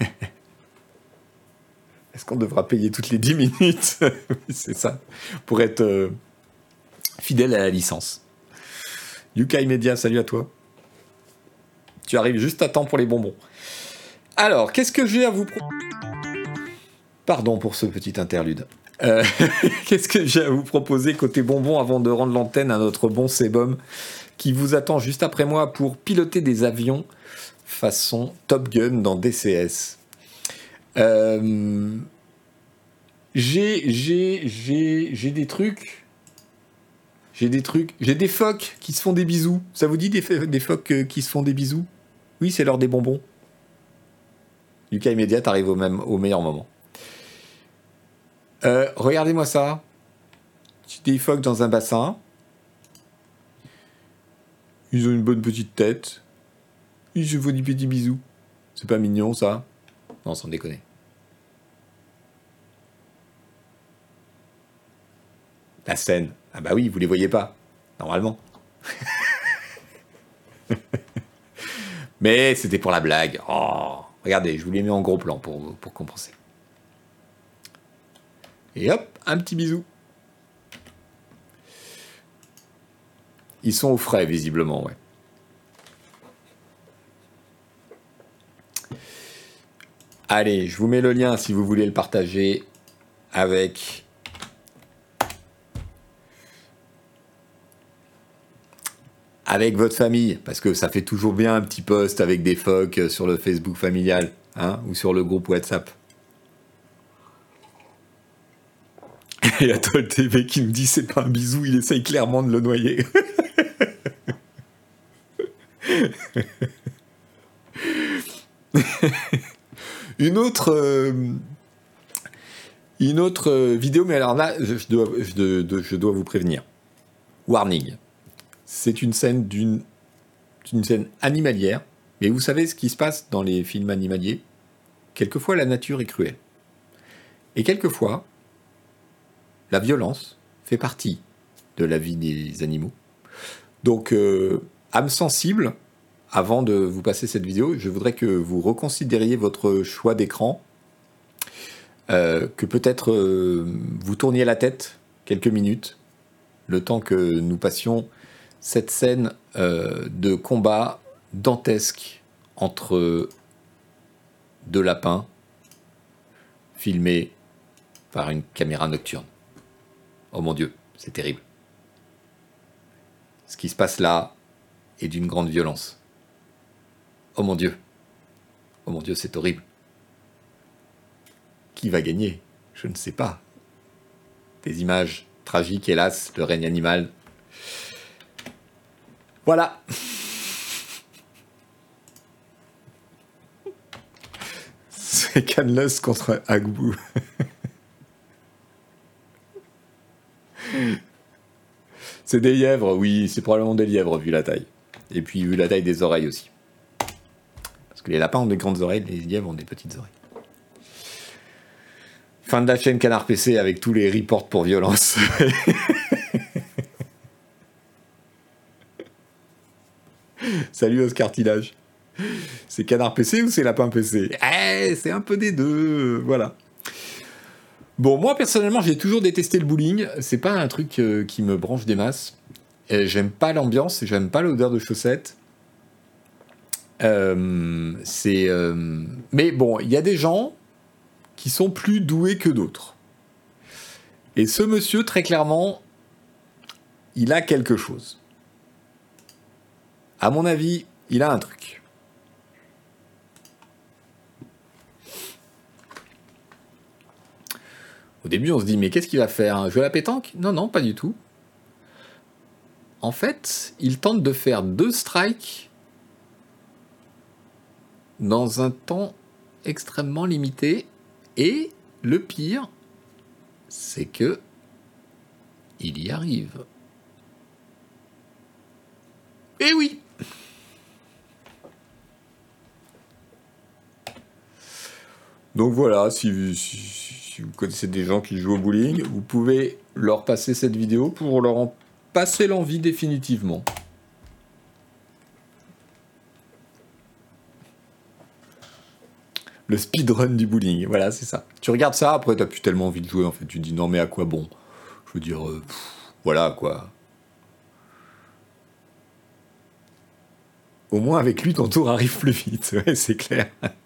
S1: Est-ce qu'on devra payer toutes les dix minutes? Oui, c'est ça, pour être euh, fidèle à la licence. Yukai Media, salut à toi. Tu arrives juste à temps pour les bonbons. Alors, qu'est-ce que j'ai à vous proposer? Pardon pour ce petit interlude. Euh, qu'est-ce que j'ai à vous proposer côté bonbons avant de rendre l'antenne à notre bon Sebum qui vous attend juste après moi pour piloter des avions façon Top Gun dans D C S. Euh, j'ai, j'ai, j'ai, j'ai des trucs. J'ai des trucs. J'ai des phoques qui se font des bisous. Ça vous dit des, des phoques qui se font des bisous? Oui, c'est l'heure des bonbons. Lucas Immédiat arrive au, même, au meilleur moment. Euh, regardez-moi ça. Des phoques dans un bassin. Ils ont une bonne petite tête. Ils se font des petits bisous. C'est pas mignon, ça? Non, sans déconner. La scène. Ah bah oui, vous les voyez pas. Normalement. Mais c'était pour la blague. Oh, regardez, je vous l'ai mis en gros plan pour, pour compenser. Et hop, un petit bisou. Ils sont au frais, visiblement, ouais. Allez, je vous mets le lien si vous voulez le partager avec... avec votre famille, parce que ça fait toujours bien un petit post avec des phoques sur le Facebook familial, hein, ou sur le groupe WhatsApp. Et il y a Toll T V qui nous dit c'est pas un bisou, il essaye clairement de le noyer. Une autre, euh, une autre vidéo, mais alors là, je dois, je dois, je dois vous prévenir. Warning. C'est une scène d'une, d'une scène animalière, mais vous savez ce qui se passe dans les films animaliers? Quelquefois, la nature est cruelle. Et quelquefois, la violence fait partie de la vie des animaux. Donc, euh, âme sensible, avant de vous passer cette vidéo, je voudrais que vous reconsidériez votre choix d'écran, euh, que peut-être euh, vous tourniez la tête quelques minutes, le temps que nous passions cette scène euh, de combat dantesque entre deux lapins filmés par une caméra nocturne. Oh mon Dieu, c'est terrible. Ce qui se passe là est d'une grande violence. Oh mon Dieu. Oh mon Dieu, c'est horrible. Qui va gagner? Je ne sais pas. Des images tragiques, hélas, le règne animal. Voilà. C'est Canless contre Agbu. C'est des lièvres, oui, c'est probablement des lièvres vu la taille. Et puis vu la taille des oreilles aussi. Parce que les lapins ont des grandes oreilles, les lièvres ont des petites oreilles. Fin de la chaîne Canard P C avec tous les reports pour violence. Salut Oscar Tillage. C'est Canard P C ou c'est Lapin P C? Eh, c'est un peu des deux, voilà. Bon, moi personnellement, j'ai toujours détesté le bowling. C'est pas un truc euh, qui me branche des masses. Et j'aime pas l'ambiance, j'aime pas l'odeur de chaussettes. Euh, c'est, euh... mais bon, il y a des gens qui sont plus doués que d'autres. Et ce monsieur, très clairement, il a quelque chose. À mon avis, il a un truc. Au début, on se dit, mais qu'est-ce qu'il va faire? Un jeu à la pétanque? Non, non, pas du tout. En fait, il tente de faire deux strikes dans un temps extrêmement limité. Et le pire, c'est que il y arrive. Eh oui! Donc voilà, si vous, si, si vous connaissez des gens qui jouent au bowling, vous pouvez leur passer cette vidéo pour leur en passé l'envie définitivement. Le speedrun du bowling, voilà, c'est ça. Tu regardes ça, après t'as plus tellement envie de jouer, en fait. Tu dis non, mais à quoi bon? Je veux dire, euh, pff, voilà, quoi. Au moins, avec lui, ton tour arrive plus vite, ouais, c'est clair.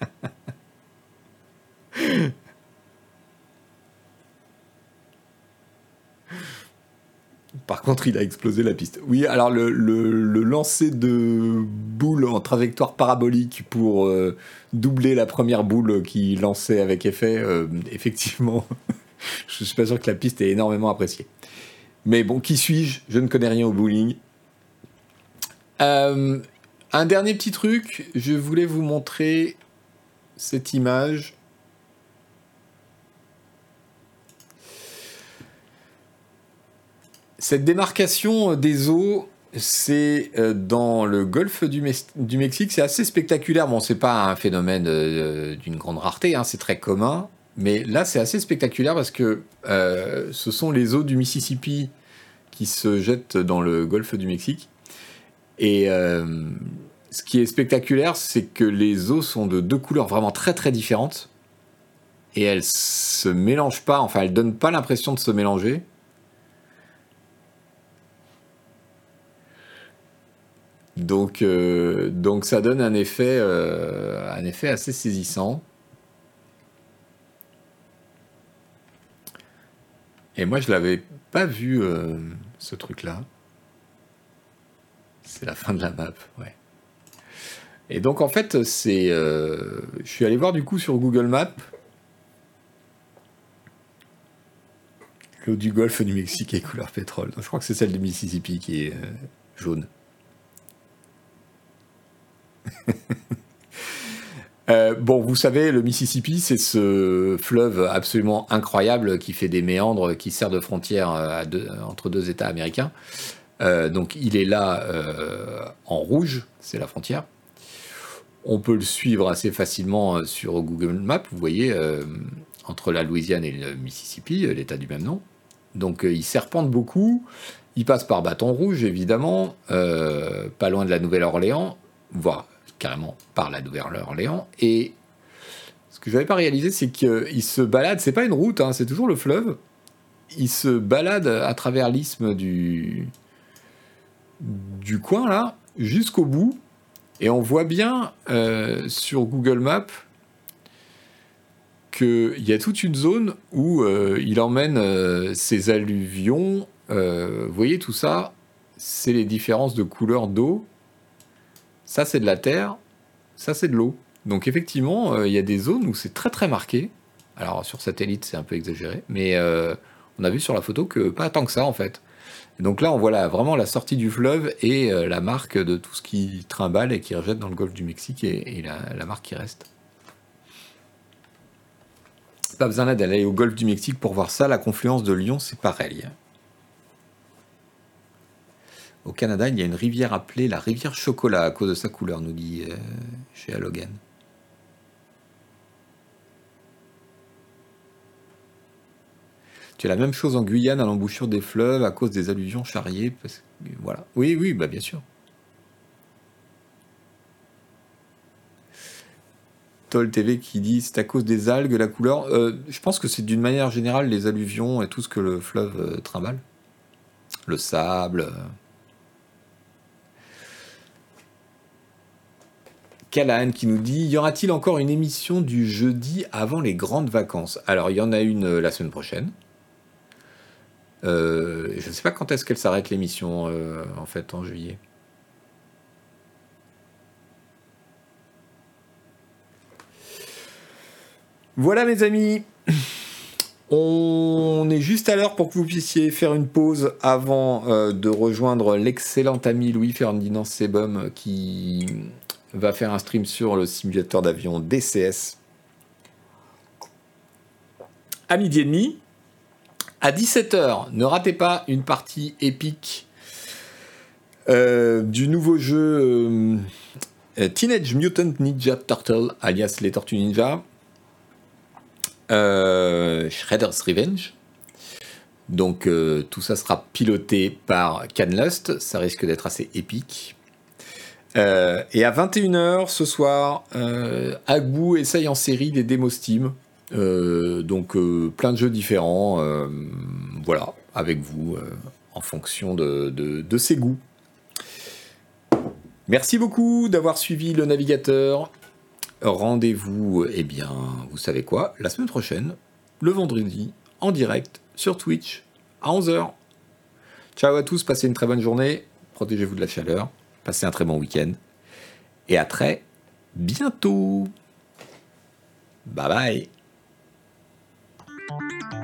S1: Par contre, il a explosé la piste. Oui, alors le, le, le lancer de boule en trajectoire parabolique pour euh, doubler la première boule qu'il lançait avec effet, euh, effectivement, je suis pas sûr que la piste est énormément appréciée. Mais bon, qui suis-je? Je ne connais rien au bowling. Euh, un dernier petit truc, je voulais vous montrer cette image. Cette démarcation des eaux, c'est euh, dans le golfe du, Mes- du Mexique, c'est assez spectaculaire. Bon, c'est pas un phénomène euh, d'une grande rareté, hein, c'est très commun. Mais là, c'est assez spectaculaire parce que euh, ce sont les eaux du Mississippi qui se jettent dans le golfe du Mexique. Et euh, ce qui est spectaculaire, c'est que les eaux sont de deux couleurs vraiment très très différentes. Et elles se mélangent pas, enfin, elles donnent pas l'impression de se mélanger. Donc, euh, donc ça donne un effet, euh, un effet assez saisissant. Et moi, je l'avais pas vu, euh, ce truc-là. C'est la fin de la map, ouais. Et donc, en fait, c'est, euh, je suis allé voir du coup sur Google Maps. L'eau du golfe du Mexique est couleur pétrole. Je crois que c'est celle du Mississippi qui est euh, jaune. Euh, bon, vous savez, le Mississippi, c'est ce fleuve absolument incroyable qui fait des méandres, qui sert de frontière à deux, entre deux États américains. Euh, donc, il est là euh, en rouge, c'est la frontière. On peut le suivre assez facilement sur Google Maps. Vous voyez, euh, entre la Louisiane et le Mississippi, l'État du même nom. Donc, euh, il serpente beaucoup. Il passe par Baton Rouge, évidemment, euh, pas loin de la Nouvelle-Orléans, voire carrément par la Nouvelle-Orléans. Et ce que je n'avais pas réalisé, c'est qu'il se balade, c'est pas une route, hein, c'est toujours le fleuve. Il se balade à travers l'isthme du, du coin, là, jusqu'au bout. Et on voit bien euh, sur Google Maps qu'il y a toute une zone où euh, il emmène euh, ses alluvions. Euh, vous voyez tout ça, c'est les différences de couleur d'eau. Ça, c'est de la terre. Ça, c'est de l'eau. Donc, effectivement, euh, il y a des zones où c'est très, très marqué. Alors, sur satellite, c'est un peu exagéré. Mais euh, on a vu sur la photo que pas tant que ça, en fait. Et donc là, on voit là, vraiment la sortie du fleuve et euh, la marque de tout ce qui trimballe et qui rejette dans le golfe du Mexique et, et la, la marque qui reste. Pas besoin d'aller au golfe du Mexique pour voir ça. La confluence de Lyon, c'est pareil. Au Canada, il y a une rivière appelée la rivière Chocolat à cause de sa couleur, nous dit euh, chez Halogan. Tu as la même chose en Guyane à l'embouchure des fleuves à cause des alluvions charriées. Parce que, voilà. Oui, oui, bah bien sûr. Toll T V qui dit c'est à cause des algues la couleur. Euh, je pense que c'est d'une manière générale les alluvions et tout ce que le fleuve euh, trimballe. Le sable. Euh... Callahan qui nous dit y aura-t-il encore une émission du jeudi avant les grandes vacances? Alors il y en a une euh, la semaine prochaine. Euh, je ne sais pas quand est-ce qu'elle s'arrête l'émission euh, en fait en juillet. Voilà mes amis, on est juste à l'heure pour que vous puissiez faire une pause avant euh, de rejoindre l'excellent ami Louis Ferdinand Sebum qui va faire un stream sur le simulateur d'avion D C S à midi et demi. À dix-sept heures, ne ratez pas une partie épique euh, du nouveau jeu euh, Teenage Mutant Ninja Turtle, alias les Tortues Ninja, euh, Shredder's Revenge. Donc euh, tout ça sera piloté par Canlust, ça risque d'être assez épique. Euh, et à vingt et une heures ce soir, euh, Agbu essaye en série des démos Steam. Euh, donc euh, plein de jeux différents, euh, voilà, avec vous, euh, en fonction de, de, de ses goûts. Merci beaucoup d'avoir suivi le navigateur. Rendez-vous, eh bien, vous savez quoi, la semaine prochaine, le vendredi, en direct, sur Twitch, à onze heures. Ciao à tous, passez une très bonne journée, protégez-vous de la chaleur, passez un très bon week-end, et à très bientôt. Bye bye.